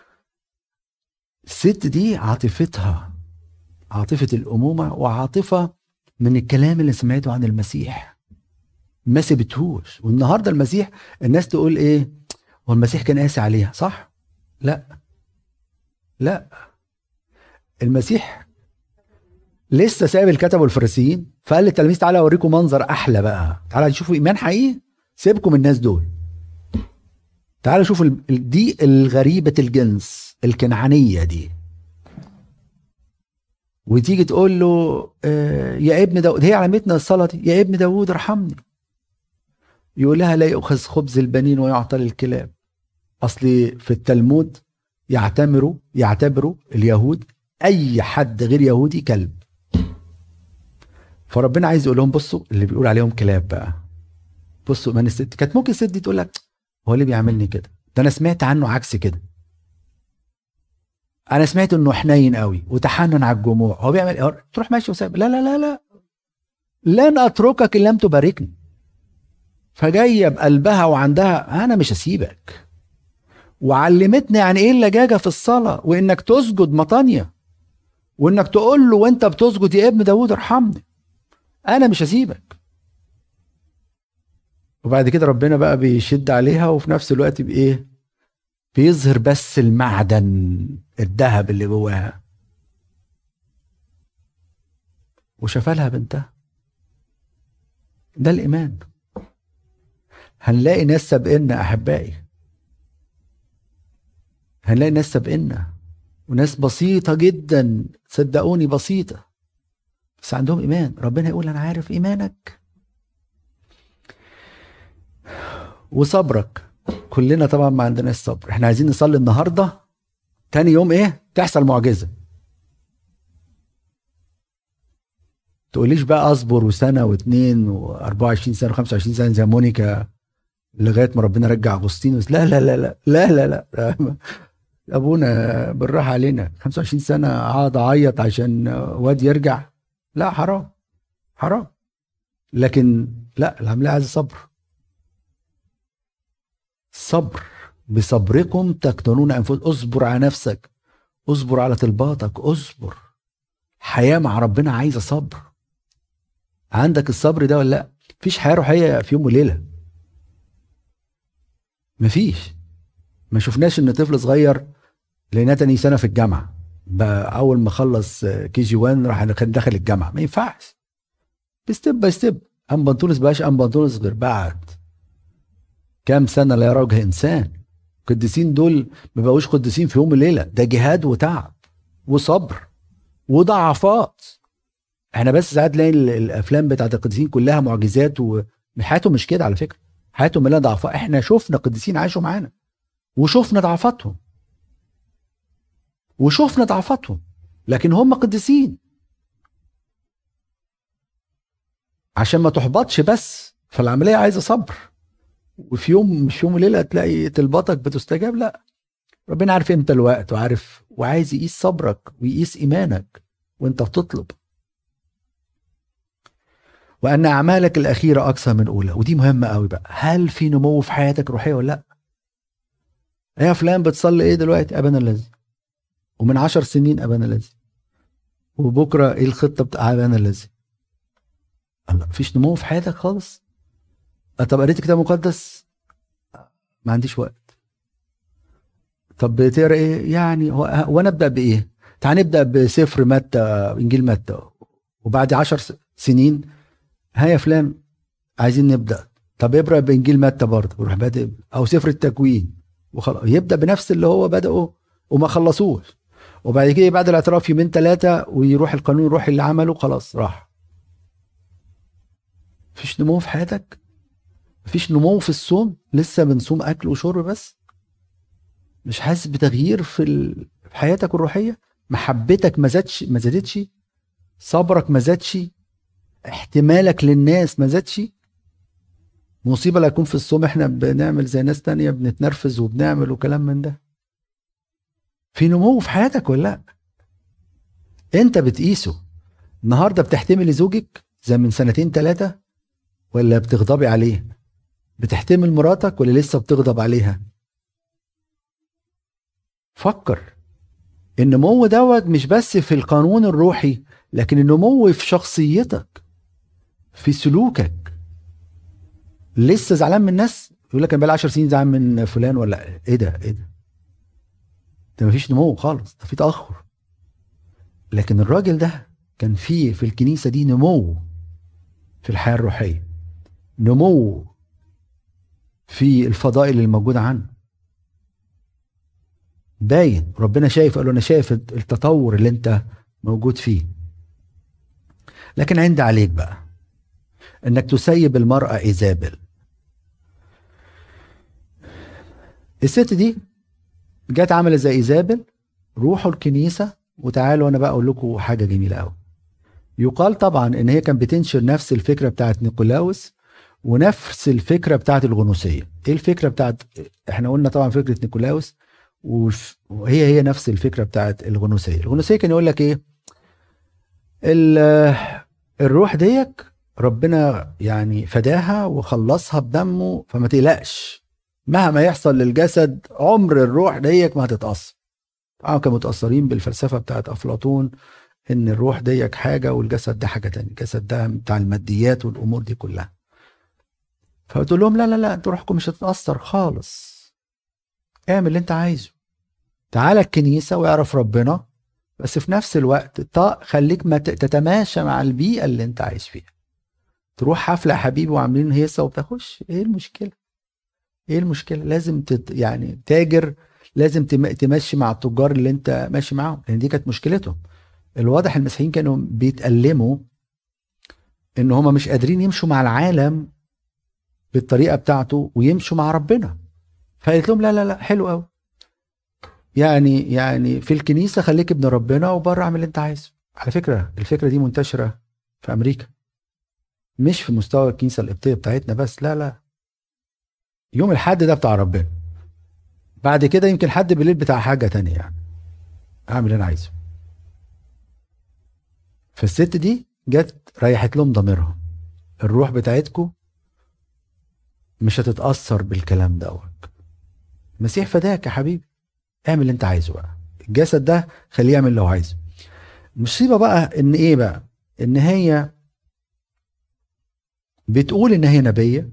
الست دي عاطفتها عاطفه الامومه، وعاطفه من الكلام اللي سمعته عن المسيح ما سبتهوش. والنهارده المسيح الناس تقول ايه؟ هو المسيح كان قاسي عليها؟ صح؟ لا لا، المسيح لسه سايب الكتب والفريسيين، فقال للتلاميذ تعالى اوريكم منظر احلى بقى، تعالى تشوفوا ايمان حقيقي، سيبكم الناس دول، تعالى شوفوا دي الغريبه الجنس الكنعانيه دي. وتيجي تقول له آه يا ابن داود، هي علامتنا الصلاه دي، يا ابن داود ارحمني. يقول لها لا يؤخذ خبز البنين ويعطى للكلاب. اصلي في التلمود يعتبروا يعتبروا اليهود اي حد غير يهودي كلب. فربنا عايز يقول لهم بصوا اللي بيقول عليهم كلاب بقى، بصوا من الست. كانت ممكن الست دي تقول لك هو اللي بيعملني كده، ده انا سمعت عنه عكس كده، انا سمعت انه حنين قوي وتحنن على الجموع، هو بيعمل، تروح ماشي وساب. لا لا لا لا، لن اتركك ان لم تباركني. فجايه بقلبها وعندها انا مش هسيبك، وعلمتني يعني ايه اللجاجه في الصلاه، وانك تسجد مطانيه، وانك تقول له وانت بتسجد يا ابن داود ارحمني، انا مش هسيبك. وبعد كده ربنا بقى بيشد عليها، وفي نفس الوقت بايه؟ بيظهر بس المعدن الذهب اللي جواها، وشفى لها بنتها. ده الايمان. هنلاقي ناس سابقنا احبائي، هنلاقي ناس سابقنا وناس بسيطه جدا، صدقوني بسيطه، بس عندهم ايمان. ربنا يقول انا عارف ايمانك وصبرك. كلنا طبعا ما عندناش صبر. احنا عايزين نصلي النهارده تاني يوم ايه؟ تحصل معجزه. تقوليش بقى اصبر وسنه واثنين واربعة وعشرين سنه وخمسة وعشرين سنه زي مونيكا لغايه ما ربنا رجع اغسطينوس. لا لا لا لا لا لا, لا. ابونا بالراحه علينا. خمسة وعشرين سنه اقعد اعيط عشان واد يرجع؟ لا، حرام حرام. لكن لا، العمليه عايزه صبر. صبر، بصبركم تقتنون انفسكم. اصبر على نفسك، اصبر على طلباتك، اصبر. حياه مع ربنا عايزه صبر. عندك الصبر ده ولا لا؟ مفيش حياه روحيه في يوم وليله، مفيش. ما شفناش ان طفل صغير لقيناه تاني سنه في الجامعه بقى، اول ما خلص كي جي واحد راح دخل الجامعه. ما ينفعش. بستيب باي ستيب. ام بنطونس بقاش ام بنطونس غير بعد كام سنه لا يرى وجه انسان. القديسين دول ما بقوش قديسين في يوم وليله، ده جهاد وتعب وصبر وضعفات. احنا بس ساعات نلاقي الافلام بتاعت القديسين كلها معجزات، وحياتهم مش كده على فكره. حياتهم مليانه ضعفات. احنا شفنا قديسين عاشوا معانا وشفنا ضعفاتهم وشفنا ضعفاتهم، لكن هم قديسين. عشان ما تحبطش بس، فالعمليه عايزه صبر. وفي يوم مش يوم وليله تلاقي طلباتك بتستجاب، لا. ربنا عارف امتى الوقت، وعارف وعايز يقيس صبرك ويقيس ايمانك وانت بتطلب. وان اعمالك الاخيره اكثر من اولى. ودي مهمه قوي بقى. هل في نمو في حياتك روحيه ولا لا؟ يا فلان بتصلي ايه دلوقتي؟ ابانا الذي. ومن عشر سنين ابانا الذي. وبكره ايه الخطه بتاع ابانا الذي؟ الله، مفيش نمو في حياتك خالص. طب قريت كتاب مقدس؟ ما عنديش وقت. طب بتقرا ايه يعني؟ هو وانا ابدا بايه؟ تعال نبدا بسفر متى، انجيل متى. وبعد عشر سنين ها يا فلان عايزين نبدا. طب ابرأ بانجيل متى برضه، وروح بادئ، او سفر التكوين، وخلاص يبدا بنفس اللي هو بدأه وما خلصوش. وبعد كده بعد الاعتراف يومين ثلاثه ويروح القانون الروحي اللي عمله، خلاص راح. مفيش نمو في حياتك؟ مفيش نمو في الصوم؟ لسه بنصوم اكل وشرب بس؟ مش حاسس بتغيير في حياتك الروحيه؟ محبتك ما زادش ما زادتش؟ صبرك ما زادش؟ احتمالك للناس ما زادش؟ مصيبه لا يكون في الصوم احنا بنعمل زي ناس تانية بنتنرفز وبنعمل وكلام من ده. في نمو في حياتك ولا لا؟ انت بتقيسه. النهارده بتحتملي زوجك زي من سنتين ثلاثه ولا بتغضبي عليه؟ بتحتمل مراتك ولا لسه بتغضب عليها؟ فكر. النمو دوت مش بس في القانون الروحي، لكن النمو في شخصيتك، في سلوكك. لسه زعلان من الناس؟ يقول لك انا بقالي عشر سنين زعلان من فلان، ولا ايه ده ايه ده؟ ده مفيش نمو خالص، ده في تأخر. لكن الراجل ده كان فيه في الكنيسة دي نمو في الحياة الروحية، نمو في الفضائل اللي موجودة عنه. باين ربنا شايف، قال له انا شايف التطور اللي انت موجود فيه. لكن عندي عليك بقى انك تسيب المرأة ايزابل. الست دي جت عملت زي ايزابل. روحوا الكنيسة وتعالوا انا بقى اقول لكم حاجة جميلة قوي. يقال طبعا ان هي كانت بتنشر نفس الفكرة بتاعت نيقولاوس ونفس الفكرة بتاعت الغنوصية. ايه الفكرة بتاعت؟ احنا قلنا طبعا فكرة نيقولاوس وهي هي نفس الفكرة بتاعت الغنوصية. الغنوصية كان يقول لك ايه؟ الروح ديك ربنا يعني فداها وخلصها بدمه، فما تقلقش مهما يحصل للجسد عمر الروح ديك ما هتتأثر. طبعا كانوا متأثرين بالفلسفة بتاعت أفلاطون ان الروح ديك حاجة والجسد ده حاجة تانية. الجسد ده بتاع الماديات والامور دي كلها. فقلت لهم لا لا لا، انتوا روحكم مش هتتأثر خالص. اعمل اللي انت عايزه. تعالى الكنيسة ويعرف ربنا، بس في نفس الوقت خليك ما تتماشى مع البيئة اللي انت عايش فيها. تروح حفلة يا حبيبي وعاملين هيصة وبتخش، ايه المشكلة؟ ايه المشكلة؟ لازم تت يعني تاجر، لازم تمشي مع التجار اللي انت ماشي معاهم، لان دي كانت مشكلتهم. الواضح المسيحيين كانوا بيتألموا ان هما مش قادرين يمشوا مع العالم بالطريقة بتاعته ويمشوا مع ربنا. فقالت لهم لا لا لا، حلو قوي. يعني يعني في الكنيسة خليك ابن ربنا، وبره اعمل اللي انت عايزه. على فكرة الفكرة دي منتشرة في امريكا، مش في مستوى الكنيسه القبطيه بتاعتنا بس، لا لا، يوم الحد ده بتاع ربنا، بعد كده يمكن حد بالليل بتاع حاجه تانية، يعني اعمل اللي انا عايزه. فالست دي جت ريحت لهم ضميرها، الروح بتاعتكم مش هتتاثر بالكلام دوت، المسيح فداك يا حبيبي، اعمل اللي انت عايزه بقى، الجسد ده خليه يعمل اللي هو عايزه. المصيبه بقى ان ايه بقى، ان هي بتقول ان هي نبيه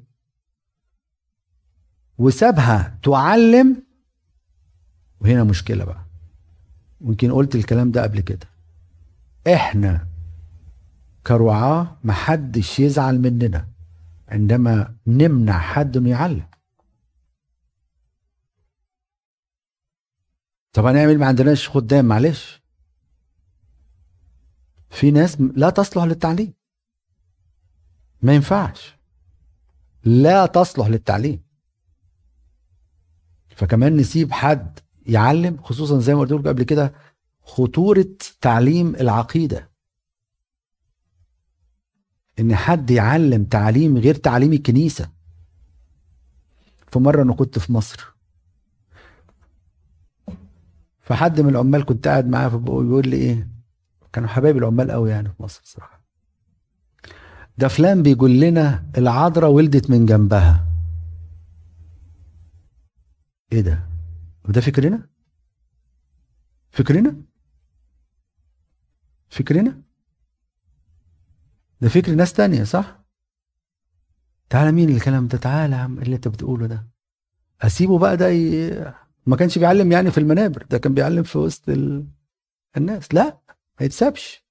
وسابها تعلم، وهنا مشكله بقى، ممكن قلت الكلام ده قبل كده، احنا كرعاة محدش يزعل مننا عندما نمنع حد انه يعلم. طب هنعمل، ما عندناش خدام، معلش، في ناس لا تصلح للتعليم، ما ينفعش، لا تصلح للتعليم، فكمان نسيب حد يعلم، خصوصا زي ما قلت لكم قبل كده خطورة تعليم العقيدة، ان حد يعلم تعليم غير تعليم الكنيسة. في مرة انا كنت في مصر، فحد من العمال كنت قاعد معاه بيقول لي ايه، كانوا حبايب العمال قوي يعني في مصر صراحة، ده فلان بيقول لنا العذراء ولدت من جنبها. ايه ده؟ وده فكرنا؟ فكرنا؟ فكرنا؟ ده فكر ناس تانية صح؟ تعالى مين الكلام ده؟ تعالى يا عم اللي انت بتقوله ده، اسيبه بقى ده ي... ما كانش بيعلم يعني في المنابر، ده كان بيعلم في وسط ال... الناس، لا ما يتسابش.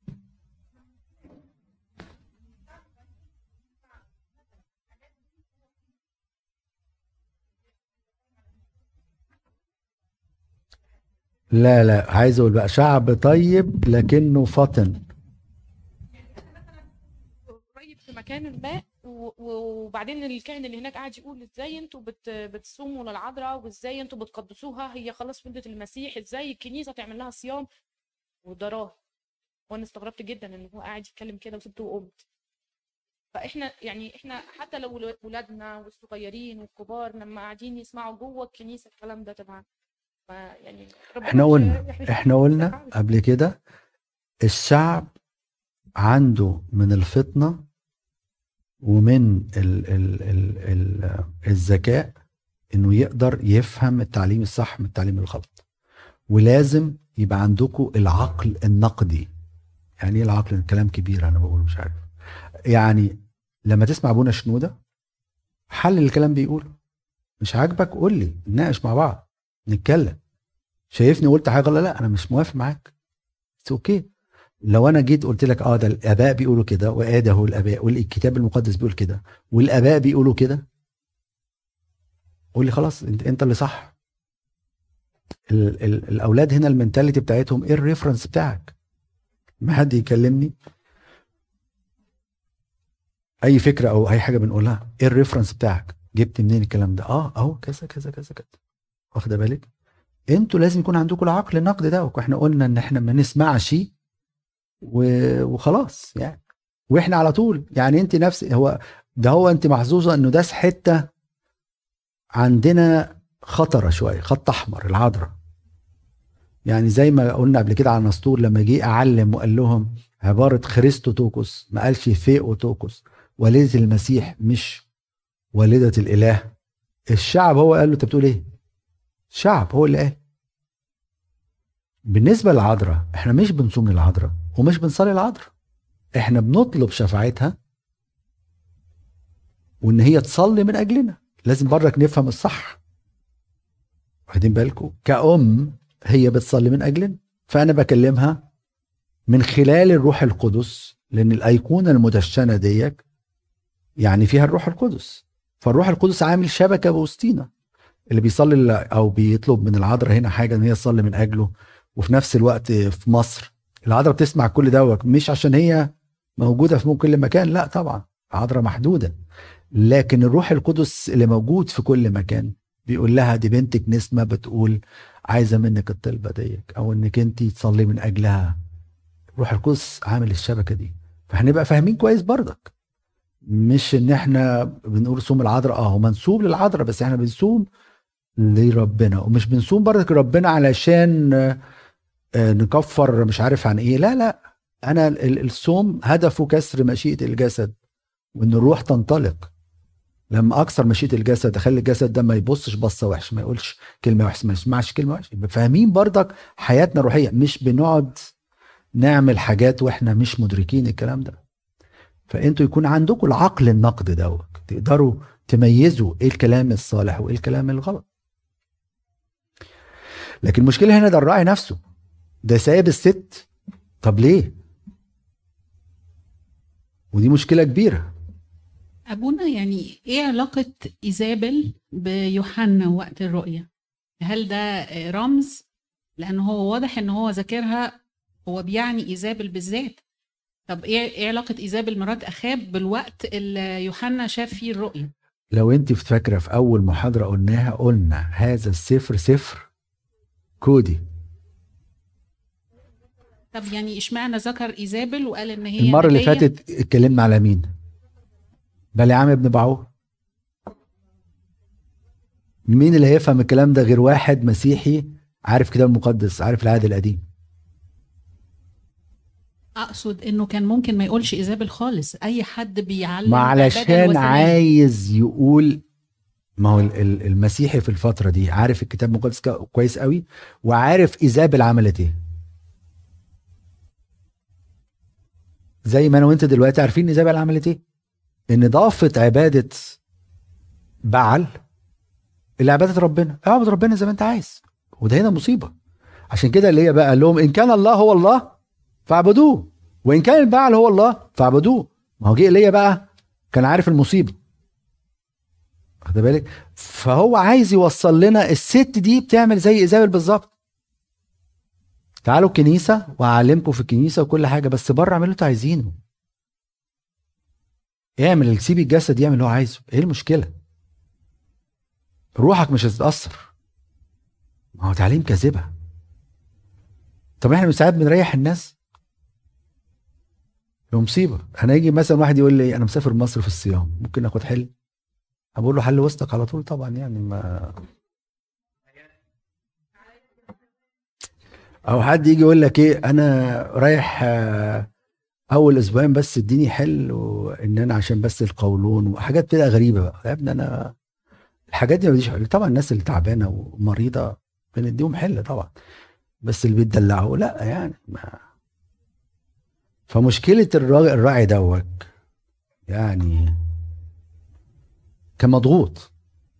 لا لا، عايز اقول بقى شعب طيب لكنه فطن. قريب في مكان ما و- وبعدين الكاهن اللي هناك قاعد يقول ازاي انتوا بت بتصوموا للعذراء، وازاي انتوا بتقدسوها، هي خلاص ولدت المسيح، ازاي الكنيسه تعمل لها صيام وضراه. وانا استغربت جدا ان هو قاعد يتكلم كده وسبته وقمت. فاحنا يعني احنا حتى لو ولادنا والصغيرين والكبار لما قاعدين يسمعوا جوه الكنيسه الكلام ده طبعا، يعني احنا قلنا احنا قلنا قبل كده الشعب عنده من الفطنة ومن ال ال ال ال الذكاء انه يقدر يفهم التعليم الصح من التعليم الغلط، ولازم يبقى عندكم العقل النقدي. يعني ايه العقل؟ كلام كبير انا بقوله مش عارف، يعني لما تسمع ابونا شنودة حلل الكلام بيقوله، مش عاجبك قول لي، نناقش مع بعض، نتكلم، شايفني قلت حاجه ولا لا، انا مش موافق معاك، بس اوكي. لو انا جيت قلت لك اه ده الاباء بيقولوا كده، وادي اهو الاباء والكتاب المقدس بيقول كده والاباء بيقولوا كده، قول لي خلاص انت انت اللي صح. ال ال الاولاد هنا المنتاليتي بتاعتهم ايه الريفرنس بتاعك؟ ما حد يكلمني اي فكره او اي حاجه بنقولها، ايه الريفرنس بتاعك؟ جبت منين الكلام ده؟ اه اهو كذا كذا كذا كذا، واخده بالك؟ انتوا لازم يكون عندكم العقل النقد ده، واحنا قلنا ان احنا ما نسمعش وخلاص يعني، واحنا على طول يعني انت نفس هو ده، هو انت محظوظه انه ده حته عندنا خطره شويه، خط احمر، العذراء. يعني زي ما قلنا قبل كده على نسطور لما جه اعلم وقال لهم عباره خريستوتوكوس، ما قالش ثيوتوكوس، والده المسيح مش والده الاله. الشعب هو قال له انت بتقول ايه؟ الشعب هو اللي قال. بالنسبه للعذراء احنا مش بنصوم للعذراء ومش بنصلي للعذراء، احنا بنطلب شفاعتها وان هي تصلي من اجلنا. لازم برك نفهم الصح، واخدين بالكم؟ كأم هي بتصلي من اجلنا، فانا بكلمها من خلال الروح القدس، لان الايقونه المدشنه ديك يعني فيها الروح القدس، فالروح القدس عامل شبكه بوسطينا، اللي بيصلي او بيطلب من العذراء هنا حاجه ان هي تصلي من اجله. وفي نفس الوقت في مصر العذراء بتسمع كل دوت، مش عشان هي موجوده في كل مكان، لا طبعا العذراء محدوده، لكن الروح القدس اللي موجود في كل مكان بيقول لها دي بنتك نسمه بتقول عايزه منك الطلبه ديك، او انك انت تصلي من اجلها. الروح القدس عامل الشبكه دي، فهنبقى فاهمين كويس برضك، مش ان احنا بنقول صوم العذراء، اه هو منسوب للعذراء بس احنا بنصوم لربنا، ومش بنصوم برضك ربنا علشان نكفر مش عارف عن ايه. لا لا، انا الصوم هدفه كسر مشيئة الجسد وان الروح تنطلق. لما اكسر مشيئة الجسد اخلي الجسد ده ما يبصش بصة وحش، ما يقولش كلمة وحشة، ما يسمعش كلمة وحشة. يبقى فاهمين برضك حياتنا الروحية، مش بنقعد نعمل حاجات واحنا مش مدركين الكلام ده. فانتوا يكون عندكم العقل النقد دوت، تقدروا تميزوا ايه الكلام الصالح وايه الكلام الغلط. لكن المشكلة هنا ده الراعي نفسه ده سايب الست. طب ليه؟ ودي مشكلة كبيرة. أبونا يعني إيه علاقة إيزابل بيوحنا وقت الرؤية؟ هل ده رمز؟ لأنه هو واضح إن هو ذاكرها، هو بيعني إيزابل بالذات. طب إيه إيه علاقة إيزابل مرات أخاب بالوقت اللي يوحنا شاف فيه الرؤية؟ لو أنت فاكرة في أول محاضرة قلناها، قلنا هذا السفر سفر كودي. طب يعني اشمعنى ذكر إيزابل وقال إن هي المرة اللي فاتت اتكلمنا على مين؟ بلعام ابن بعور. مين اللي هيفهم الكلام ده غير واحد مسيحي عارف كتاب المقدس، عارف العهد القديم؟ اقصد انه كان ممكن ما يقولش إيزابل خالص، اي حد بيعلم ما علشان عايز يقول، ما هو المسيحي في الفترة دي عارف الكتاب المقدس كويس قوي، وعارف إيزابل عملت ايه. زي ما انا وانت دلوقتي عارفين إيزابل عملت ايه، ان ضافت عبادة بعل الى عبادة ربنا. اعبد ربنا زي ما انت عايز، وده هنا مصيبة. عشان كده اللي هي بقى قال لهم ان كان الله هو الله فاعبدوه، وان كان البعل هو الله فاعبدوه. ما هو جه ايليا بقى كان عارف المصيبة، واخد بالك؟ فهو عايز يوصل لنا الست دي بتعمل زي إيزابل بالظبط. تعالوا الكنيسة وأعلمكم في الكنيسة وكل حاجة، بس بره اعملوا اللي انتوا عايزينه. اعمل، سيب الجسد يعمل اللي هو عايزه، ايه المشكلة؟ روحك مش هتتأثر. ما هو تعليم كاذبة. طب احنا ساعات بنريح الناس، يوم مصيبة. انا يجي مثلا واحد يقول لي انا مسافر مصر في الصيام، ممكن اخد حل؟ هقول له حل وسطك على طول طبعا. يعني ما او حد يجي يقول لك ايه انا رايح اول اسبوعين بس اديني حل، وان انا عشان بس القولون وحاجات كده غريبه بقى. يا ابني انا الحاجات دي ما بديش حل. طبعا الناس اللي تعبانه ومريضه بنديهم حل طبعا، بس اللي بيدلعوا لا يعني ما. فمشكله الراعي الراعي دوت يعني كان مضغوط.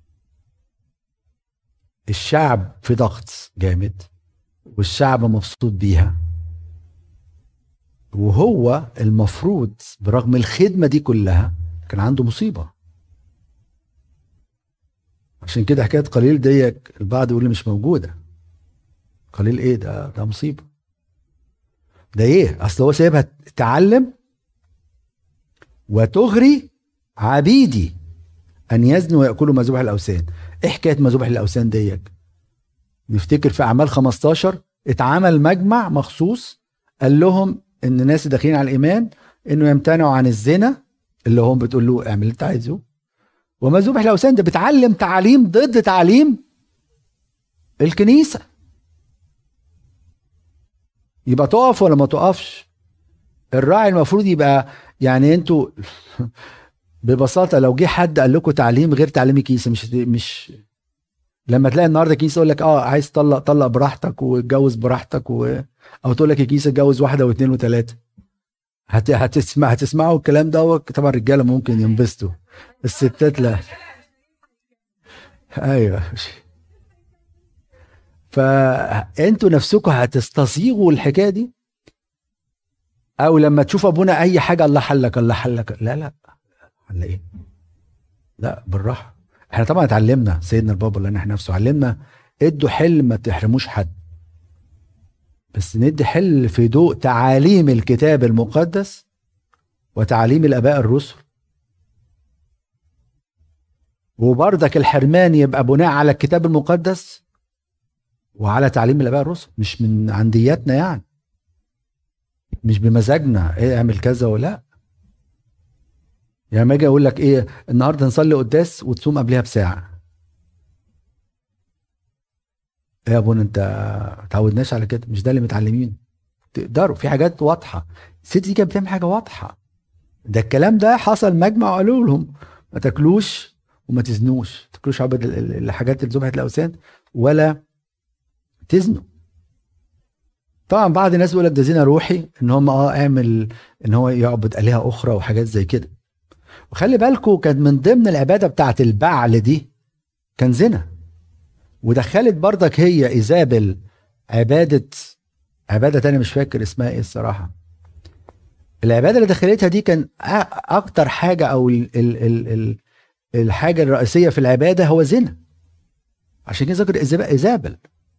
الشعب في ضغط جامد والشعب مبسوط بيها، وهو المفروض برغم الخدمة دي كلها كان عنده مصيبة. عشان كده حكاية قليل ديك البعض يقول لي مش موجودة. قليل ايه ده؟ ده مصيبة. ده ايه؟ اصل هو سايبها تعلم وتغري عبيدي ان يزنوا ويأكلوا مذبوح الاوثان. ايه حكاية مذبوح الاوثان ديك؟ نفتكر في اعمال خمستاشر اتعمل مجمع مخصوص قال لهم ان الناس داخلين على الايمان انه يمتنعوا عن الزنا، اللي هم بتقول له اعمل اللي انت عايزه. ومذبوح الاوثان ده بتعلم تعليم ضد تعليم الكنيسه. يبقى تقف ولا ما تقفش؟ الراعي المفروض يبقى يعني انتوا ببساطه لو جه حد قال لكم تعليم غير تعليم الكنيسه، مش مش لما تلاقي النهارده الكنيسه يقول لك اه عايز تطلق طلق براحتك واتجوز براحتك، و... او تقول لك الكنيسه اتجوز واحده واثنين وثلاثه، هت... هتسمع هتسمعوا الكلام ده. طبعا الرجاله ممكن ينبسطوا، الستات لا. ايوه. فانتوا نفسكم هتستصيغوا الحكايه دي، او لما تشوف ابونا اي حاجه الله حلك الله حلك، لا لا حل ايه؟ لا بالراحه. احنا طبعا اتعلمنا، سيدنا البابا الله ينحي نفسه علمنا ادوا حل ما تحرموش حد، بس ندي حل في ضوء تعاليم الكتاب المقدس وتعاليم الاباء الرسل. وبرضك الحرمان يبقى بناء على الكتاب المقدس وعلى تعليم الاباء الرسل، مش من عندياتنا يعني. مش بمزاجنا ايه اعمل كذا ولا. يعني ما اجي اقول لك ايه النهارده نصلي قداس وتصوم قبلها بساعه، ايه يا ابونا انت تعودناش على كده، مش ده اللي متعلمين. تقدروا في حاجات واضحه، الست دي كانت بتعمل حاجه واضحه. ده الكلام ده حصل مجمع وقالوا لهم ما تاكلوش وما تزنوش، ما تاكلوش عبد الحاجات اللي ذبحت الاوثان ولا تزنوا. طبعا بعض الناس بيقول لك ده زنا روحي، ان هم اه اعمل ان هو يعبد الهه اخرى وحاجات زي كده. وخلي بالكم كانت من ضمن العباده بتاعت البعل دي كان زنا، ودخلت برضك هي ايزابل عباده عباده تانية مش فاكر اسمها ايه الصراحه. العباده اللي دخلتها دي كان اكتر حاجه او ال ال ال ال الحاجه الرئيسيه في العباده هو زنا، عشان كده ذكر ايزابل.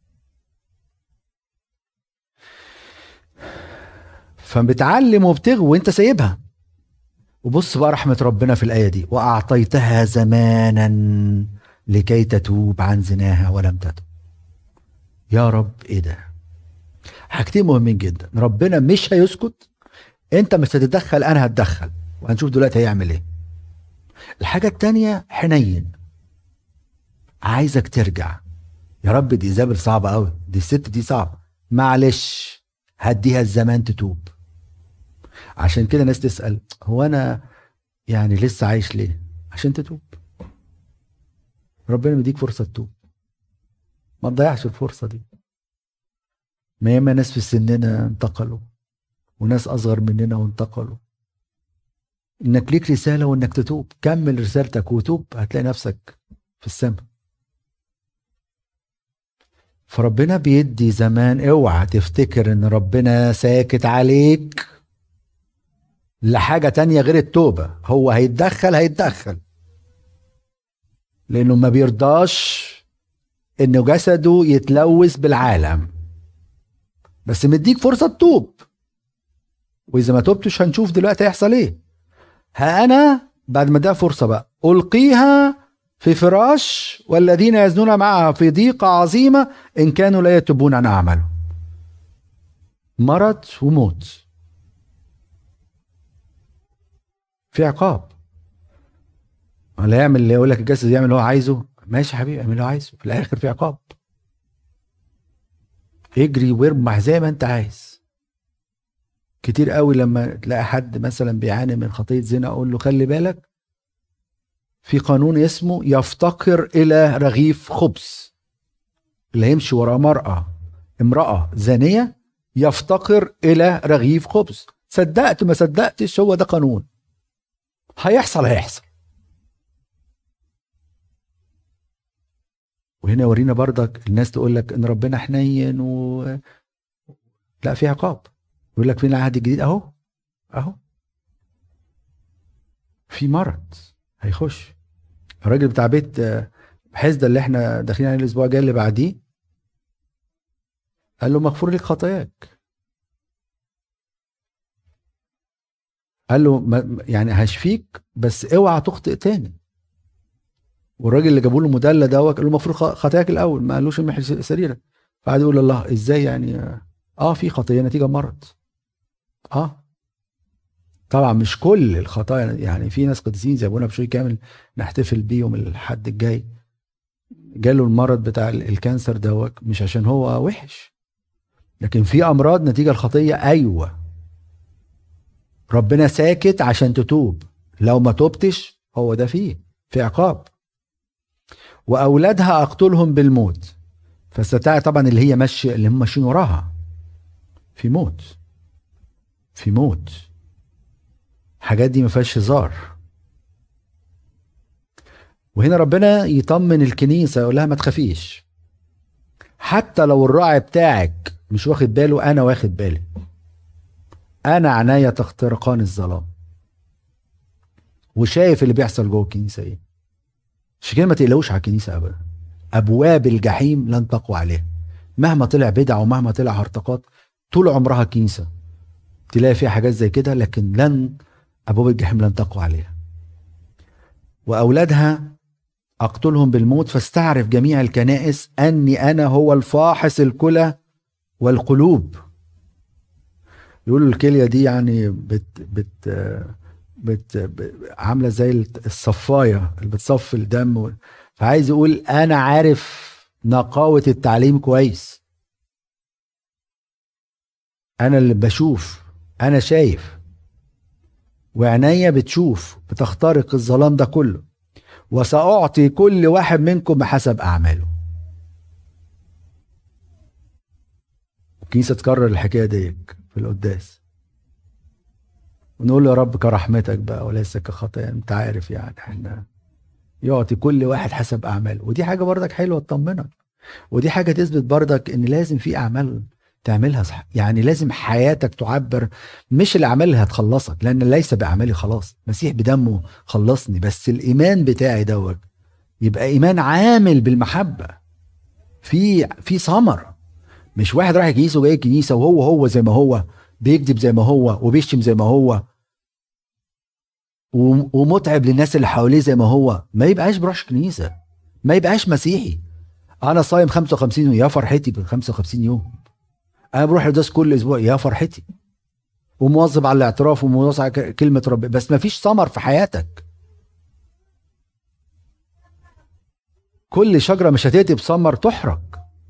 فبتعلم وبتغوي وانت سايبها. وبص بقى رحمه ربنا في الايه دي، واعطيتها زمانا لكي تتوب عن زناها ولم تتوب. يا رب ايه ده؟ حاجتين مهمين جدا، ربنا مش هيسكت، انت مش هتتدخل انا هتدخل، وهنشوف دلوقتي هيعمل ايه. الحاجه التانية حنين، عايزك ترجع. يا رب دي ايزابل صعبه قوي، دي الست دي صعبه، معلش هديها الزمان تتوب. عشان كده ناس تسال هو انا يعني لسه عايش ليه؟ عشان تتوب. ربنا مديك فرصه تتوب، ما تضيعش الفرصه دي. ما ياما ناس في سننا انتقلوا وناس اصغر مننا وانتقلوا. انك ليك رساله وانك تتوب، كمل رسالتك وتوب هتلاقي نفسك في السماء. فربنا بيدي زمان، اوعى تفتكر ان ربنا ساكت عليك لحاجه تانية غير التوبه. هو هيتدخل هيتدخل لانه ما بيرضاش انه جسده يتلوث بالعالم، بس مديك فرصه تتوب. واذا ما توبتش هنشوف دلوقتي هيحصل ايه. ها انا بعد ما ده فرصه بقى القيها في فراش والذين يزنون معها في ضيقه عظيمه ان كانوا لا يتوبون عن اعمالهم. مرض وموت، في عقاب. ولا يعمل اللي يقول لك الجسد يعمل اللي هو عايزه، ماشي يا حبيبي اعمل اللي هو عايزه، في الاخر في عقاب. اجري وارمح زي ما انت عايز. كتير قوي لما تلاقي حد مثلا بيعاني من خطيه زنا اقول له خلي بالك في قانون اسمه يفتقر الى رغيف خبز. اللي هيمشي ورا مرأة امرأة زانية يفتقر الى رغيف خبز. صدقت ما صدقتش هو ده قانون، هيحصل هيحصل. وهنا ورينا برضك الناس تقول لك ان ربنا حنين و لا في عقاب. يقول لك فين العهد الجديد؟ اهو اهو في مرض هيخش. الراجل بتاع بيت حزده اللي احنا داخلين عليه الاسبوع الجاي اللي بعديه قال له مغفور لك خطاياك. قال له يعني هشفيك بس اوعى تخطئ تاني. والراجل اللي جابوا له مدلة ده قال له مغفور خطاياك الاول، ما قالوش امحي سريرك. فقعد يقول الله ازاي يعني؟ اه في خطيه نتيجه مرض. اه طبعا مش كل الخطايا، يعني في ناس قديسين زي ابونا بشوي كامل نحتفل بيهم الحد الجاي جاله المرض بتاع الكانسر دوت مش عشان هو وحش، لكن في امراض نتيجه الخطيه. ايوه ربنا ساكت عشان تتوب، لو ما توبتش هو ده فيه في عقاب. واولادها اقتلهم بالموت. فاستطاع طبعا اللي هي ماشيه اللي هم ماشيين وراها في موت في موت. الحاجات دي ما فيهاش هزار. وهنا ربنا يطمن الكنيسه يقول لها ما تخافيش، حتى لو الراعي بتاعك مش واخد باله انا واخد بالي، انا عناية تخترقان الظلام وشايف اللي بيحصل جوه الكنيسه ايه. عشان كده ما تقلقوش على الكنيسه ابدا. ابواب الجحيم لن تقوى عليها مهما طلع بدع ومهما طلع هرطقات. طول عمرها الكنيسه تلاقي فيها حاجات زي كده، لكن لن ابواب الجحيم لن تقوى عليها. واولادها اقتلهم بالموت فاستعرف جميع الكنائس اني انا هو الفاحص الكلى والقلوب. يقولوا الكليه دي يعني بت بت بت, بت عامله زي الصفايه اللي بتصفي الدم. فعايز يقول انا عارف نقاوه التعليم كويس، انا اللي بشوف، انا شايف، وعناية بتشوف، بتخترق الظلام ده كله، وسأعطي كل واحد منكم بحسب أعماله. الكنيسة تكرر الحكاية دي في القداس، ونقول يا رب كرحمتك بقى وليس كخطايا، انت عارف يعني احنا يعطي كل واحد حسب أعماله. ودي حاجة برضك حلوة تطمنك، ودي حاجة تثبت برضك ان لازم في أعمال تعملها صح. يعني لازم حياتك تعبر، مش الأعمال اللي هتخلصك، لأن ليس بأعمالي خلاص، مسيح بدمه خلصني، بس الإيمان بتاعي دوت يبقى إيمان عامل بالمحبة، في في ثمر. مش واحد رايح الكنيسة وجاي الكنيسة وهو هو زي ما هو، بيكذب زي ما هو وبيشتم زي ما هو ومتعب للناس اللي حواليه زي ما هو، ما يبقاش بروح كنيسة، ما يبقاش مسيحي. أنا صايم خمسة وخمسين يوم، يا فرحتي ب خمسة وخمسين يوم. انا بروح القداس كل اسبوع، يا فرحتي. ومواظب على الاعتراف ومواظب على كلمه رب، بس ما فيش ثمر في حياتك. كل شجره مش هتاتي بثمر تحرق،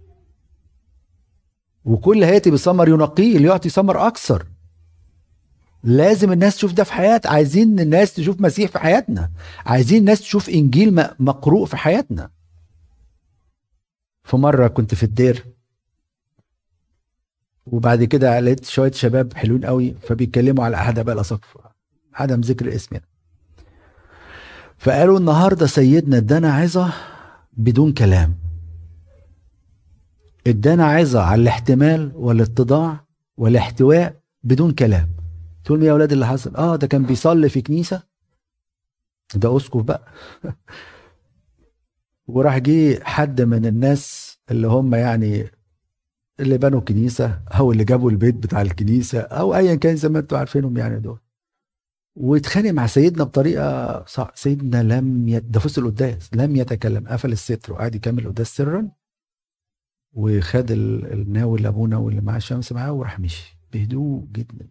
وكل هياتي بثمر ينقيه ليعطي ثمر اكثر. لازم الناس تشوف ده في حياتنا. عايزين الناس تشوف مسيح في حياتنا، عايزين الناس تشوف انجيل مقروء في حياتنا. في مره كنت في الدير، وبعد كده لقيت شويه شباب حلوين قوي فبيتكلموا على احد اباء الاساقفه، عدم ذكر اسم يعني. فقالوا النهارده سيدنا ادانا عظه بدون كلام، ادانا عظه على الاحتمال والاتضاع والاحتواء بدون كلام. تقول لي يا اولاد اللي حصل؟ اه ده كان بيصلي في كنيسه، ده اسقف بقى. وراح جه حد من الناس اللي هم يعني اللي بنوا كنيسة او اللي جابوا البيت بتاع الكنيسة او ايا كان زي ما انتوا عارفينهم يعني دول، واتخانق مع سيدنا بطريقة صح. سيدنا لم يت... ده فصل القداس لم يتكلم، قفل الستر وقعد يكمل القداس سرا، وخد ال... الناوي لابونا واللي معاه الشمس معاه وراح مشي بهدوء جدا.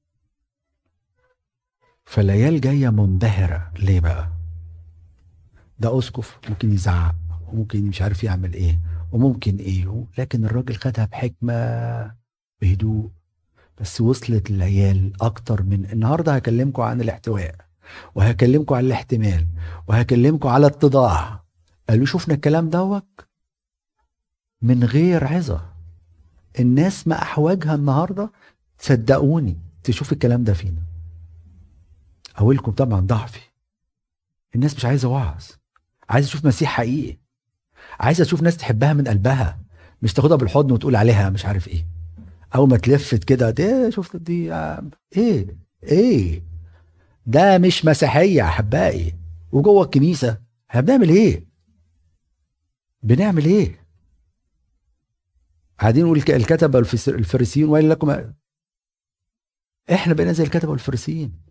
فالليال جاية منبهرة. ليه بقى؟ ده اسقف ممكن يزعق وممكن مش عارف يعمل ايه وممكن ايه، لكن الراجل خدها بحكمة بهدوء. بس وصلت العيال اكتر من النهارده. هكلمكم عن الاحتواء، وهكلمكم عن الاحتمال، وهكلمكم على الاتضاع. قالوا شوفنا الكلام دوت من غير عظة. الناس ما احواجها النهارده صدقوني تشوف الكلام ده فينا. اولكم طبعا ضعفي، الناس مش عايزه وعظ، عايزه تشوف مسيح حقيقي، عايزه تشوف ناس تحبها من قلبها، مش تاخدها بالحضن وتقول عليها مش عارف ايه. اول ما تلفت كده دي شفت دي ايه ايه ده مش مسيحيه يا احبائي. وجوه الكنيسه احنا بنعمل ايه؟ بنعمل ايه؟ قاعدين نقول الكتبه الفريسيين ويل لكم. احنا بقينا زي الكتبه والفريسيين.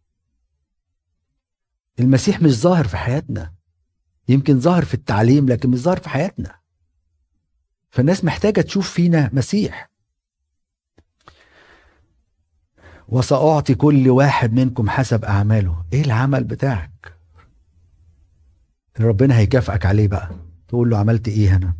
المسيح مش ظاهر في حياتنا، يمكن ظاهر في التعليم لكن مش ظاهر في حياتنا. فالناس محتاجة تشوف فينا مسيح. وسأعطي كل واحد منكم حسب أعماله. ايه العمل بتاعك؟ ربنا هيكافئك عليه بقى، تقول له عملت ايه هنا.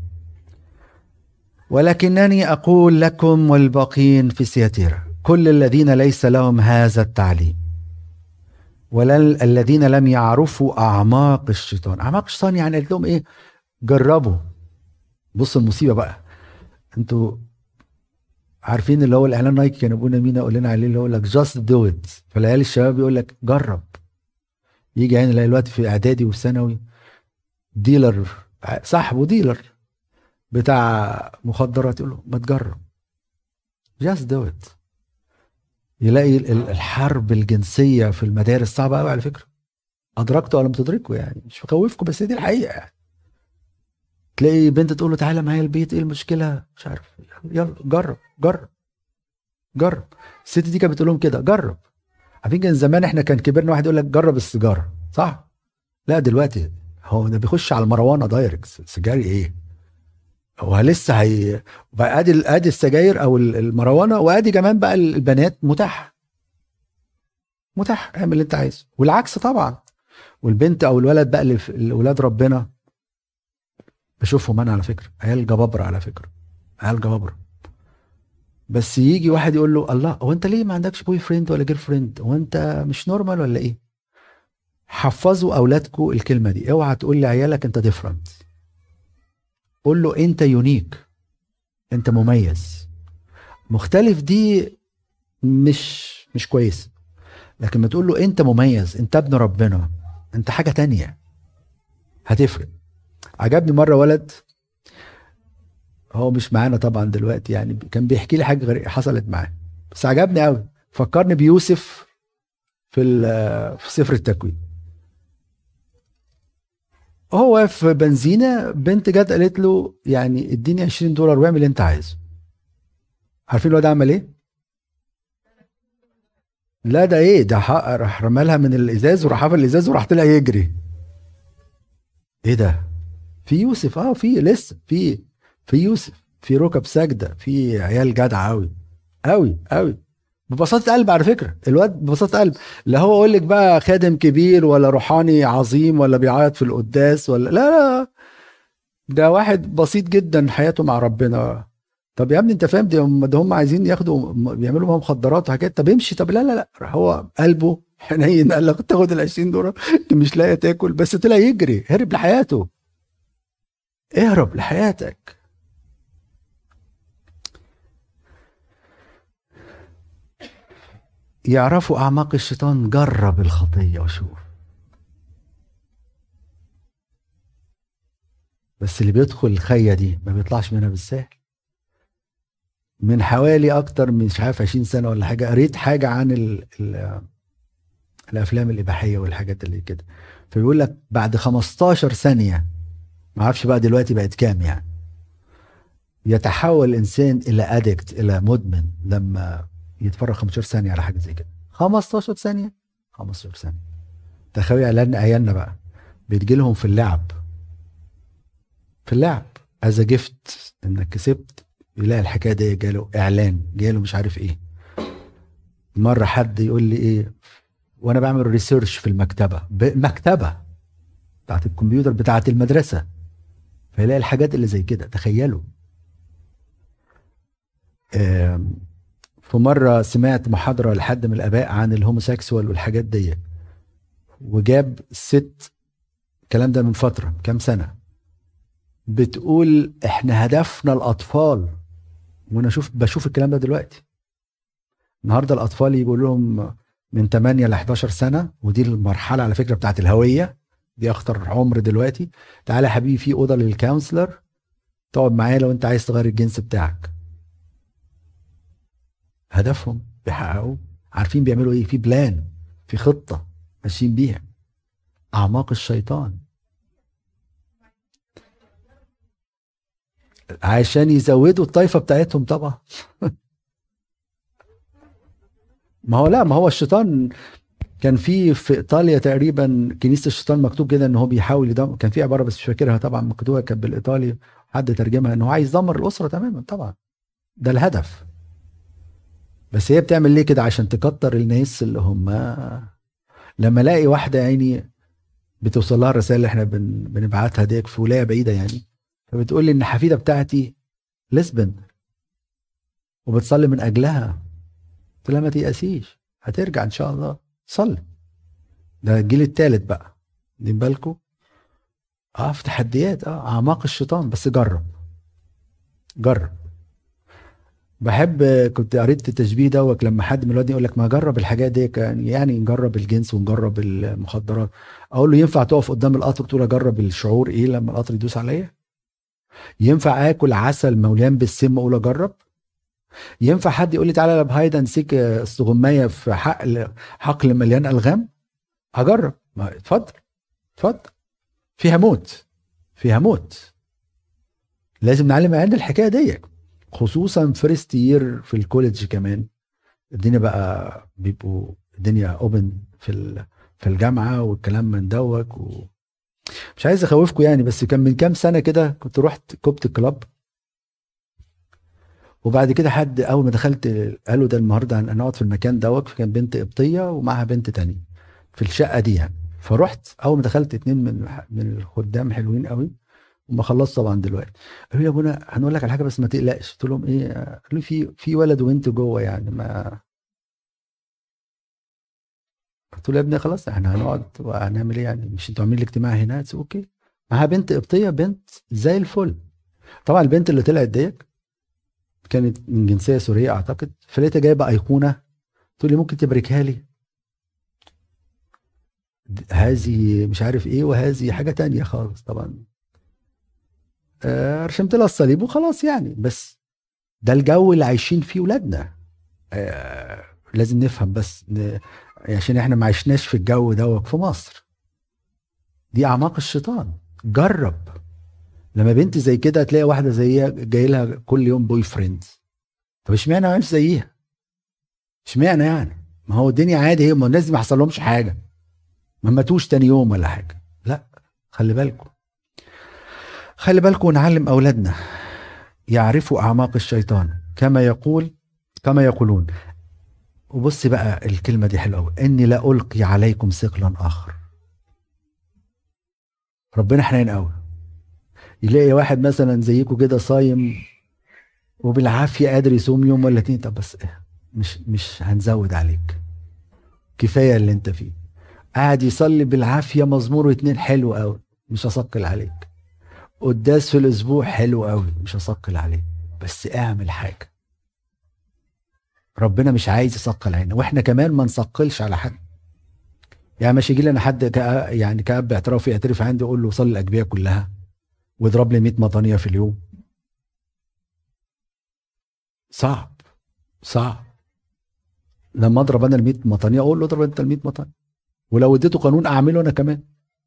ولكنني أقول لكم والباقين في سياتيرا كل الذين ليس لهم هذا التعليم ولا الذين لم يعرفوا أعماق الشيطان. أعماق الشيطان يعني قلت لهم إيه؟ جربوا. بص المصيبة بقى، أنتوا عارفين اللي هو الإعلان نايكي كان أبونا مينا يقول لنا عليه اللي هو لك just do it. فالعيال الشباب يقول لك جرب. يجي يعني يلاقي الوقت في إعدادي وثانوي ديلر، صاحبه ديلر بتاع مخدرات، يقول له ما تجرب just do it. يلاقي الحرب الجنسية في المدارس صعبة قوي على فكرة. أدركتوا ولا متدركوا يعني، مش بخوفكم بس دي الحقيقة يعني. تلاقي بنت تقول له تعالى معايا البيت، ايه المشكلة مش عارف، يلا جرب جرب جرب. الست دي كانت بتقول لهم كده جرب. عارفين كان زمان احنا كان كبرنا واحد يقول لك جرب السيجارة صح؟ لا دلوقتي هو ده بيخش على المروانة دايركت. سيجاري ايه؟ هو لسه هي بقى ادي ادي السجاير او المروانه، وادي كمان بقى البنات متاح متاح، اعمل اللي انت عايزه. والعكس طبعا. والبنت او الولد بقى اللي في ولاد ربنا بشوفهم انا على فكره عيال جبابره، على فكره عيال جبابره، بس يجي واحد يقول له الله هو انت ليه ما عندكش بوي فريند ولا جير فريند، هو انت مش نورمال ولا ايه؟ حفظوا اولادكم الكلمه دي، اوعى تقول لعيالك انت ديفرنت، قول له انت يونيك، انت مميز. مختلف دي مش مش كويس، لكن ما تقول له انت مميز، انت ابن ربنا، انت حاجه تانية هتفرق. عجبني مره ولد، هو مش معانا طبعا دلوقتي، يعني كان بيحكي لي حاجه غريبه حصلت معاه، بس عجبني قوي، فكرني بيوسف في في سفر التكوين. هو واقف في بنزينه، بنت جت قالت له يعني اديني عشرين دولار واعمل اللي انت عايزه. عارفين الواد عمل ايه؟ لا ده ايه ده، راح رمالها من الازاز وراح قفل الازاز وراح طلع يجري. ايه ده؟ في يوسف، اه في لسه في في يوسف، في ركب ساجده، في عيال جدعه قوي قوي قوي ببساطه قلب. على فكره الواد ببساطه قلب، لا هو اقول لك بقى خادم كبير ولا روحاني عظيم ولا بيعيط في القداس ولا لا لا، ده واحد بسيط جدا حياته مع ربنا. طب يا ابني انت فاهم، ده هم, هم عايزين ياخدوا بيعملوا معاهم مخدرات وحاجات، طب امشي. طب لا لا لا، هو قلبه حنين، قال لك تاخد ال عشرين دولار انت مش لاقي تاكل، بس طلع يجري، هرب لحياته. اهرب لحياتك. يعرفوا اعماق الشيطان، جرب الخطيه وشوف. بس اللي بيدخل الخيه دي ما بيطلعش منها بالسهل. من حوالي اكتر من مش عارف عشرين سنه ولا حاجه، قريت حاجه عن ال ال الافلام الاباحيه والحاجات اللي كده، فبيقول لك بعد خمستاشر ثانيه، ما اعرفش بقى دلوقتي بقت كام يعني، يتحول الانسان الى ادكت، الى مدمن، لما يتفرج خمستاشر ثانيه على حاجه زي كده. خمستاشر ثانيه، خمستاشر ثانيه. تخيل اعلان عيالنا بقى بيتجي لهم في اللعب، في اللعب از جيفت، انك كسبت، يلاقي الحكايه دي جاله اعلان، جاله مش عارف ايه. مره حد يقول لي ايه وانا بعمل ريسيرش في المكتبه، المكتبه بتاعت الكمبيوتر بتاعت المدرسه، فيلاقي الحاجات اللي زي كده. تخيلوا. في مره سمعت محاضره لحد من الاباء عن الهوموسيكسوال والحاجات دي، وجاب ست، الكلام ده من فتره كام سنه، بتقول احنا هدفنا الاطفال. وانا شوف بشوف الكلام ده دلوقتي النهارده، الاطفال يقول لهم من تمانية ل حداشر سنه، ودي المرحله على فكره بتاعت الهويه، دي اخطر عمر دلوقتي. تعالى يا حبيبي في اوضه للكونسلر، تقعد معايا لو انت عايز تغير الجنس بتاعك. هدفهم بيحققوه، عارفين بيعملوا ايه، في بلان، في خطه ماشيين بيها. اعماق الشيطان عشان يزودوا الطائفه بتاعتهم طبعا. ما هو لا ما هو الشيطان كان في في ايطاليا تقريبا كنيسه الشيطان مكتوب كده ان هو بيحاول يدمر، كان في عباره بس مش فاكرها طبعا، مكتوبه كانت بالايطالي، حد ترجمها ان هو عايز يدمر الاسره تماما طبعا، ده الهدف. بس هي بتعمل ليه كده؟ عشان تكتر الناس اللي هم، لما الاقي واحده عيني بتوصل لها الرسائل اللي احنا بن... بنبعتها ديك في ولايه بعيده يعني، فبتقول لي ان الحفيده بتاعتي لسبن وبتصلي من اجلها. قلت لها ما تيأسيش، هترجع ان شاء الله، صلي. ده الجيل الثالث بقى، دين بالكم. اه في تحديات، اه اعماق الشيطان، بس جرب جرب. بحب، كنت قريت التشبيه دوت لما حد من الواد يقول لك ما جرب الحاجات دي، يعني نجرب الجنس ونجرب المخدرات. اقول له ينفع تقف قدام القطر تقول اجرب الشعور ايه لما القطر يدوس عليا؟ ينفع اكل عسل مليان بالسم اقول اجرب؟ ينفع حد يقول لي تعالى بهايد انسيك استغمايه في حقل حقل مليان الغام؟ هجرب. ما اتفضل اتفضل، فيها موت، فيها موت. لازم نعلم عند الحكايه دي، خصوصا فيرست يير في الكوليدج كمان. الدنيا بقى بيبقوا الدنيا اوبن في في الجامعه والكلام من دوك، و مش عايز اخوفكم يعني، بس كان من كام سنه كده كنت رحت كوبت كلاب وبعد كده حد اول ما دخلت قالوا ده النهارده هنقعد في المكان دوت، فكان بنت قبطيه ومعها بنت تانية في الشقه دي يعني. فرحت اول ما دخلت اتنين من من الخدام حلوين قوي وما خلصت طبعا دلوقتي، قالوا لي يا ابونا هنقول لك على حاجه بس ما تقلقش. قلت لهم ايه؟ قالوا لي في في ولد وبنت جوه يعني ما. قلت له يا ابني خلاص احنا هنقعد وهنعمل ايه يعني؟ مش انتوا عاملين الاجتماع هنا؟ اوكي. معاها بنت قبطيه، بنت زي الفل. طبعا البنت اللي طلعت ديت كانت من جنسيه سوريه اعتقد، فلقيتها جايبه ايقونه، تقول لي ممكن تباركها لي؟ هذه مش عارف ايه وهذه حاجه تانية خالص طبعا. آه رشمت لها الصليب وخلاص يعني. بس ده الجو اللي عايشين فيه ولادنا. آه لازم نفهم بس ن... عشان احنا ما عشناش في الجو دوت في مصر. دي اعماق الشيطان. جرب لما بنت زي كده تلاقي واحده زيها جاي لها كل يوم بوي فريند، طب اشمعنى ما عملش زيها؟ اشمعنى يعني؟ ما هو الدنيا عادي، هي ما الناس دي ما حصل لهمش حاجه، ما ماتوش تاني يوم ولا حاجه. لا خلي بالكم، خلي بالكم ونعلم اولادنا يعرفوا اعماق الشيطان كما يقول كما يقولون. وبص بقى الكلمه دي حلوه قوي، اني لا القي عليكم ثقلا اخر. ربنا حنين قوي. يلاقي واحد مثلا زيكم كده صايم وبالعافيه قادر يصوم يوم ولا اتنين، طب بس إيه؟ مش مش هنزود عليك، كفايه اللي انت فيه. قاعد يصلي بالعافيه مزمور واتنين حلو قوي، مش هثقل عليك. قداس في الاسبوع حلو قوي، مش هثقل عليك. بس اعمل حاجه. ربنا مش عايز يثقل علينا، واحنا كمان ما نثقلش على حد. يعني مش يجي لنا حد كأ يعني كأب اعترافي يعترف عندي اقول له صلي الاجبيه كلها واضرب لي مية مطانيه في اليوم؟ صعب صعب. لما اضرب انا ال مية مطانيه اقول له اضرب انت ال مية مطانيه، ولو اديته قانون اعمله انا كمان.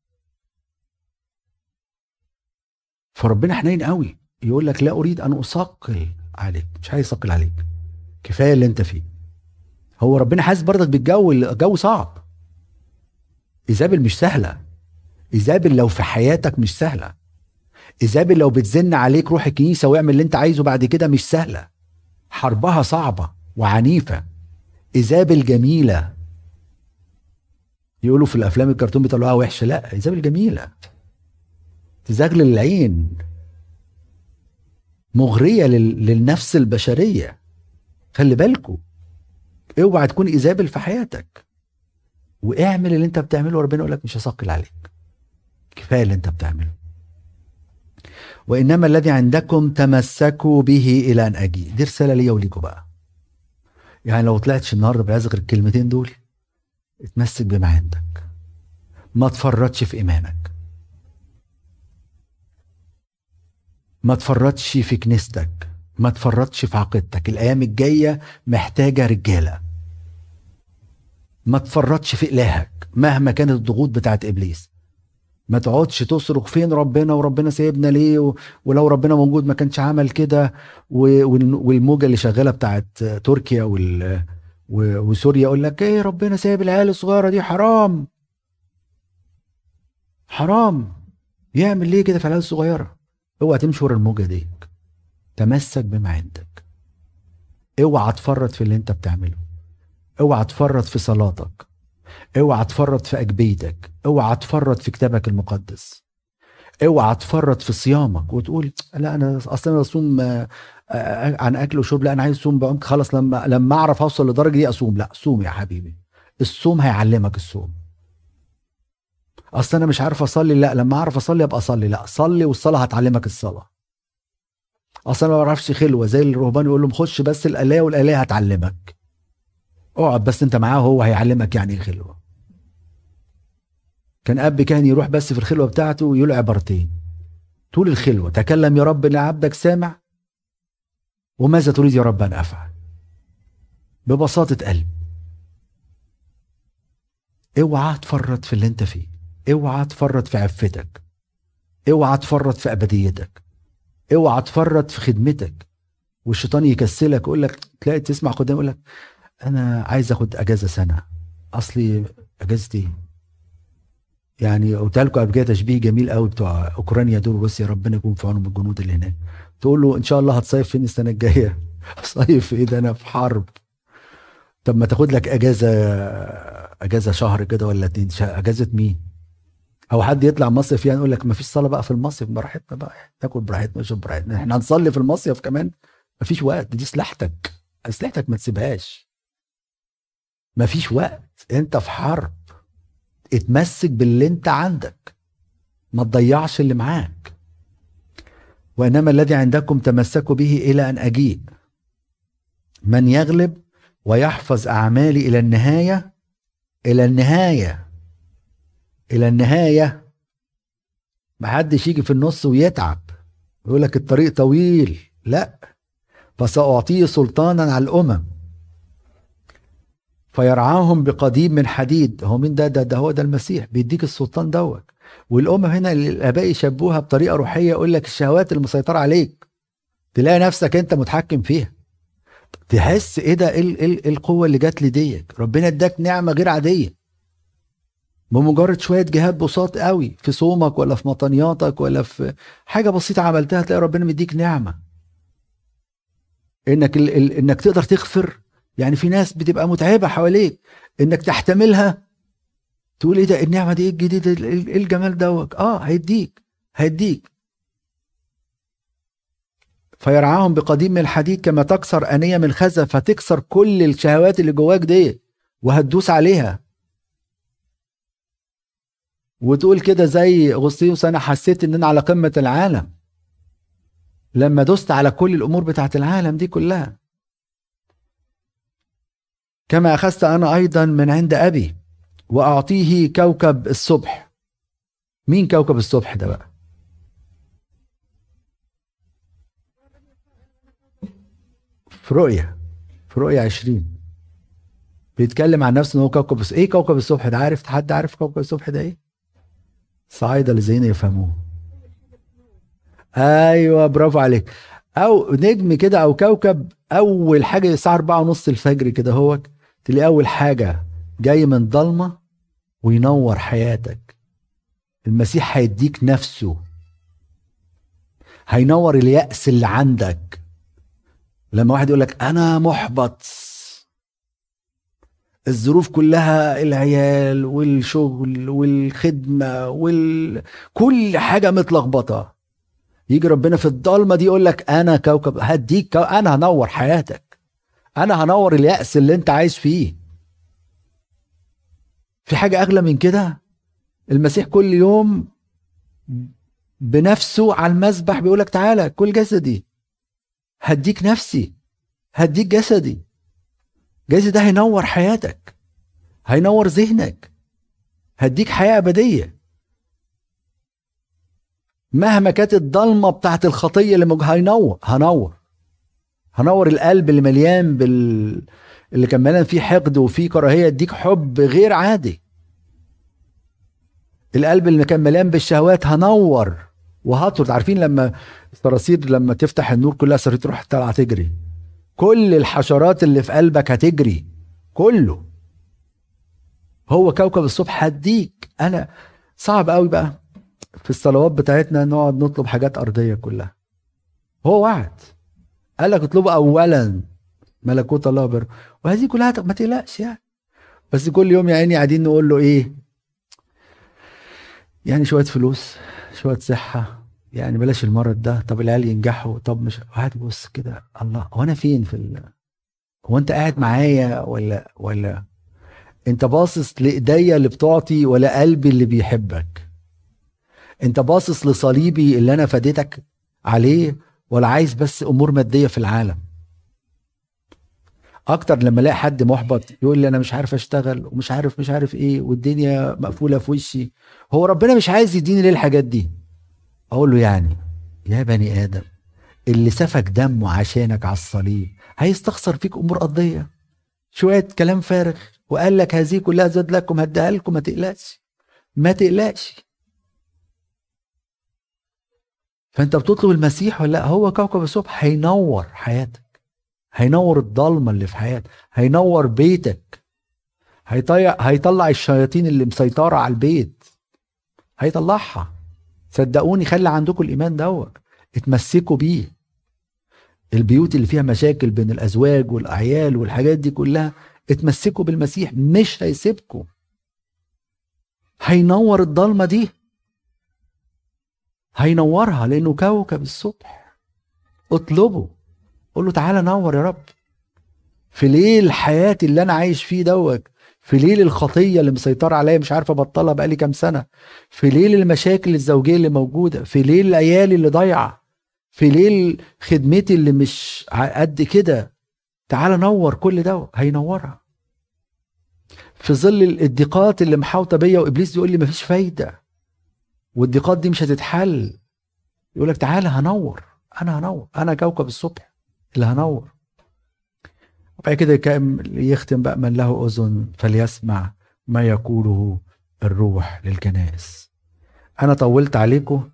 فربنا حنين قوي، يقول لك لا اريد ان اثقل عليك، مش عايز اثقل عليك، كفايه اللي انت فيه. هو ربنا حاسس برضك بالجو، الجو صعب. ايزابل مش سهله. ايزابل لو في حياتك مش سهله. ايزابل لو بتزن عليك روح الكنيسه واعمل اللي انت عايزه بعد كده مش سهله. حربها صعبه وعنيفه. ايزابل جميله. يقولوا في الافلام الكرتون بيطلعوها وحشه، لا ايزابل جميله، تزغلل العين، مغريه لل... للنفس البشريه. خلي بالكوا، اوعى تكون ايزابل في حياتك. واعمل اللي انت بتعمله وربنا يقول لك مش هثقل عليك، كفايه اللي انت بتعمله. وانما الذي عندكم تمسكوا به الى ان اجي. دي رساله ليا وليكوا بقى. يعني لو طلعتش النهارده بعايز غير الكلمتين دول، اتمسك بما عندك، ما تفرطش في ايمانك، ما تفرطش في كنيستك، ما تفرطش في عقيدتك. الايام الجايه محتاجه رجاله. ما تفرطش في الهك مهما كانت الضغوط بتاعت ابليس. ما تقعدش تصرخ فين ربنا وربنا سايبنا ليه و... ولو ربنا موجود ما كانش عمل كده و... والموجه اللي شغاله بتاعت تركيا وال... و... وسوريا يقول لك ايه ربنا سايب العيال الصغيره دي، حرام حرام. يعمل ليه كده في العيال الصغيره؟ اوعى تمشي ورا الموجه دي. تمسك بما عندك. اوعى تفرط في اللي انت بتعمله. اوعى تفرط في صلاتك. اوعى تفرط في اجبيتك. اوعى تفرط في كتابك المقدس. اوعى تفرط في صيامك وتقول لا انا اصلا اصوم عن اكل وشرب، لا انا عايز اصوم بعمق خلاص لما لما اعرف اوصل لدرجه دي اصوم. لا صوم يا حبيبي. الصوم هيعلمك الصوم. اصلا انا مش عارف اصلي، لا لما اعرف اصلي ابقى اصلي. لا صلي والصلاه هتعلمك الصلاه. اصلا ما بعرفش خلوه زي الرهبان يقول لهم خش بس الالهه والالهه هتعلمك. اقعد بس انت معاه هو هيعلمك يعني ايه خلوه. كان اب كان يروح بس في الخلوه بتاعته ويقول عبارتين طول الخلوه: تكلم يا رب لعبدك سامع، وماذا تريد يا رب ان افعل. ببساطه قلب. اوعى تفرط في اللي انت فيه. اوعى تفرط في عفتك. اوعى تفرط في ابديتك. اوعى تفرط في خدمتك. والشيطان يكسلك يقول لك، تلاقي تسمع قدام يقول لك انا عايز اخد اجازه سنه. اصلي اجازتي يعني قلت لكم قبل كده تشبيه جميل قوي بتوع اوكرانيا دول وروسيا، ربنا يكون في عونهم الجنود اللي هناك. تقول له ان شاء الله هتصيف فين السنه الجايه؟ صيف ايه ده، انا في حرب. طب ما تاخد لك اجازه، اجازه شهر كده ولا اتنين. اجازه مين؟ او حد يطلع مصيف يعني يقول لك ما فيش صلاه بقى في المصيف، براحتنا بقى ناكل براحتنا نشرب براحتنا، احنا هنصلي في المصيف كمان؟ ما فيش وقت، دي سلاحتك، اسلحتك ما تسيبهاش. ما فيش وقت، انت في حرب، اتمسك باللي انت عندك، ما تضيعش اللي معاك. وانما الذي عندكم تمسكوا به الى ان اجيء. من يغلب ويحفظ اعمالي الى النهايه، الى النهايه، الى النهايه. ما حدش يجي في النص ويتعب يقول لك الطريق طويل، لا. فسأعطيه سلطانا على الامم فيرعاهم بقضيب من حديد. هو مين ده؟ ده, ده هو ده المسيح بيديك السلطان دوت. والامم هنا اللي الاباء يشبوها بطريقه روحيه، يقول لك الشهوات المسيطره عليك، تلاقي نفسك انت متحكم فيها، تحس ايه ده، ايه ايه القوه اللي جات لي ديت. ربنا اداك نعمه غير عاديه بمجرد شويه جهاد بساط قوي في صومك ولا في مطنياتك ولا في حاجه بسيطه عملتها، تلاقي ربنا مديك نعمه انك ال ال انك تقدر تغفر. يعني في ناس بتبقى متعبه حواليك، انك تحتملها، تقول ايه ده النعمه دي، ايه الجديد، ايه الجمال دوت. اه هيديك هيديك فيرعاهم بقضيب من الحديد كما تكسر انيه من الخزف. فتكسر كل الشهوات اللي جواك دي وهتدوس عليها، وتقول كده زي اغسطينوس انا حسيت ان انا على قمه العالم لما دوست على كل الامور بتاعت العالم دي كلها. كما اخذت انا ايضا من عند ابي واعطيه كوكب الصبح. مين كوكب الصبح ده بقى؟ في رؤية في رؤية عشرين بيتكلم عن نفسه ان هو كوكب الصبح. ايه كوكب الصبح ده؟ عارف حد عارف كوكب الصبح ده ايه؟ صعيدة الذين يفهموه. ايوه برافو عليك. او نجم كده او كوكب، اول حاجه الساعه أربعة ونص الفجر كده هو تلاقي اول حاجه جاي من ضلمه وينور حياتك. المسيح هيديك نفسه، هينور اليأس اللي عندك. لما واحد يقولك انا محبط، الظروف كلها، العيال والشغل والخدمه وال... كل حاجه متلخبطه، يجي ربنا في الضلمه دي يقول لك انا كوكب، هديك كو... انا هنور حياتك، انا هنور اليأس اللي انت عايش فيه. في حاجه اغلى من كده؟ المسيح كل يوم بنفسه على المذبح بيقول لك تعالى كل جسدي، هديك نفسي، هديك جسدي. جسدي ده هينور حياتك، هينور ذهنك، هديك حياه ابديه. مهما كانت الضلمه بتاعت الخطيه اللي موجوده هينور هنور هنور القلب اللي مليان بال اللي كان مليان فيه حقد وفيه كراهيه، يديك حب غير عادي. القلب اللي كان مليان بالشهوات هنور وهطرد. عارفين لما الصراصير لما تفتح النور كلها صراصير تروح طالعه تجري، كل الحشرات اللي في قلبك هتجري كله. هو كوكب الصبح هديك. انا صعب قوي بقى في الصلوات بتاعتنا نقعد نطلب حاجات ارضيه كلها. هو وعد قال لك اطلبوا اولا ملكوت الله وبره، وهذه كلها ما تقلقش يعني. بس كل يوم يا عيني قاعدين نقول له ايه يعني، شويه فلوس، شويه صحه، يعني بلاش المرض ده، طب العيال ينجحوا، طب مش واحد بص كده الله هو انا فين في ال... هو انت قاعد معايا ولا ولا انت باصص لايديا اللي بتعطي ولا قلبي اللي بيحبك؟ انت باصص لصليبي اللي انا فديتك عليه ولا عايز بس امور ماديه في العالم؟ اكتر لما الاقي حد محبط يقول لي انا مش عارف اشتغل ومش عارف مش عارف ايه والدنيا مقفوله في وشي، هو ربنا مش عايز يديني ليه الحاجات دي؟ اقول له يعني يا بني ادم اللي سفك دمه عشانك على الصليب هيستخسر فيك امور ارضيه؟ شويه كلام فارغ، وقال لك هذه كلها زاد لكم هديها لكم، ما تقلقش ما تقلقش. فانت بتطلب المسيح ولا لا؟ هو كوكب الصبح هينور حياتك، هينور الضلمه اللي في حياتك، هينور بيتك، هيطلع هيطلع الشياطين اللي مسيطره على البيت، هيطلعها. صدقوني خلي عندكم الايمان دوت، اتمسكوا بيه. البيوت اللي فيها مشاكل بين الازواج والاعيال والحاجات دي كلها، اتمسكوا بالمسيح، مش هيسيبكم، هينور الضلمه دي، هينورها لانه كوكب الصبح. اطلبه، قول له تعالى نور يا رب في ليل حياتي اللي انا عايش فيه دوت، في ليل الخطيه اللي مسيطره عليا مش عارف ابطلها بقالي كام سنه، في ليل المشاكل الزوجيه اللي موجوده، في ليل العيال اللي ضايعه، في ليل خدمتي اللي مش قد كده. تعالى نور كل ده، هينورها. في ظل الضيقات اللي محاوطه بيا وابليس يقول لي مفيش فايده والضيقات دي مش هتتحل، يقول لك تعالى هنور، انا هنور، انا كوكب الصبح اللي هنور. وبعد كده يختم بقى: من له اذن فليسمع ما يقوله الروح للكنائس. انا طولت عليكم.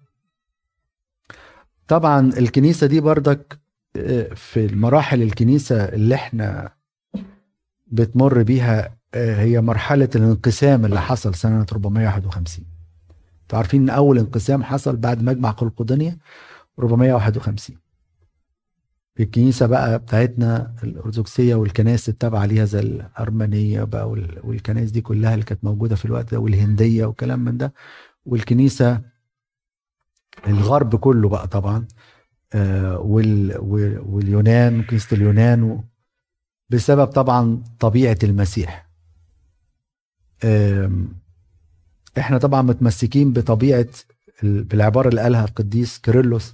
طبعا الكنيسه دي بردك في المراحل الكنيسه اللي احنا بتمر بيها هي مرحله الانقسام اللي حصل سنه أربعمائة وواحد وخمسين. انتوا عارفين ان اول انقسام حصل بعد مجمع قلقدنية أربعمائة وواحد وخمسين. في الكنيسه بقى بتاعتنا الارثوذكسيه والكنائس التابعه ليها زي الارمنيه بقى والكنائس دي كلها اللي كانت موجوده في الوقت ده، والهنديه وكلام من ده، والكنيسه الغرب كله بقى طبعا، آه واليونان وكنيسه اليونان، بسبب طبعا طبيعه المسيح. احنا طبعا متمسكين بطبيعه، بالعباره اللي قالها القديس كيرلس،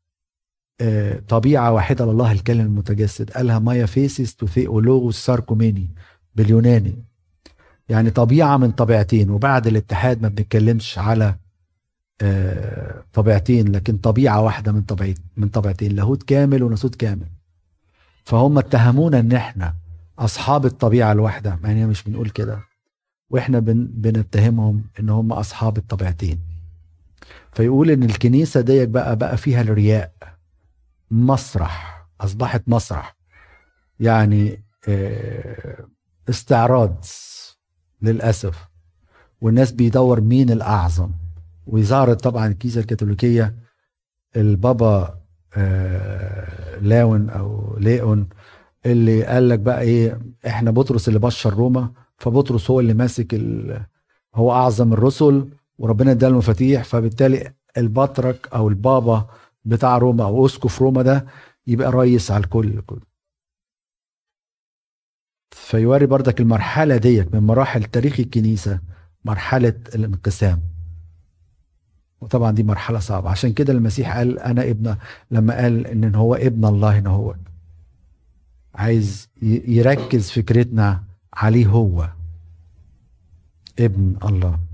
طبيعه واحده لله الكلم المتجسد، قالها مايا فيسيس تو ثيولوغوس ساركوميني باليوناني، يعني طبيعه من طبيعتين. وبعد الاتحاد ما بنتكلمش على طبيعتين، لكن طبيعه واحده من طبيعتين من طبيعتين لاهوت كامل وناسوت كامل. فهم اتهمونا ان احنا اصحاب الطبيعه الواحده، يعني مش بنقول كده، واحنا بن بنتهمهم ان هم اصحاب الطبيعتين. فيقول ان الكنيسه ديك بقى بقى فيها الرياء، مسرح، اصبحت مسرح، يعني استعراض للاسف، والناس بيدور مين الاعظم. وظهرت طبعا الكنيسه الكاثوليكيه البابا لاون او ليون اللي قال لك بقى ايه، احنا بطرس اللي بشر روما، فبطرس هو اللي ماسك هو اعظم الرسل وربنا اداله المفاتيح، فبالتالي البطرك او البابا بتاع روما او اسقف روما ده يبقى رئيس على الكل. فيوري بردك المرحله ديت من مراحل تاريخ الكنيسه، مرحله الانقسام. وطبعا دي مرحله صعبه، عشان كده المسيح قال انا ابن، لما قال ان هو ابن الله، ان هو عايز يركز فكرتنا عليه، هو ابن الله.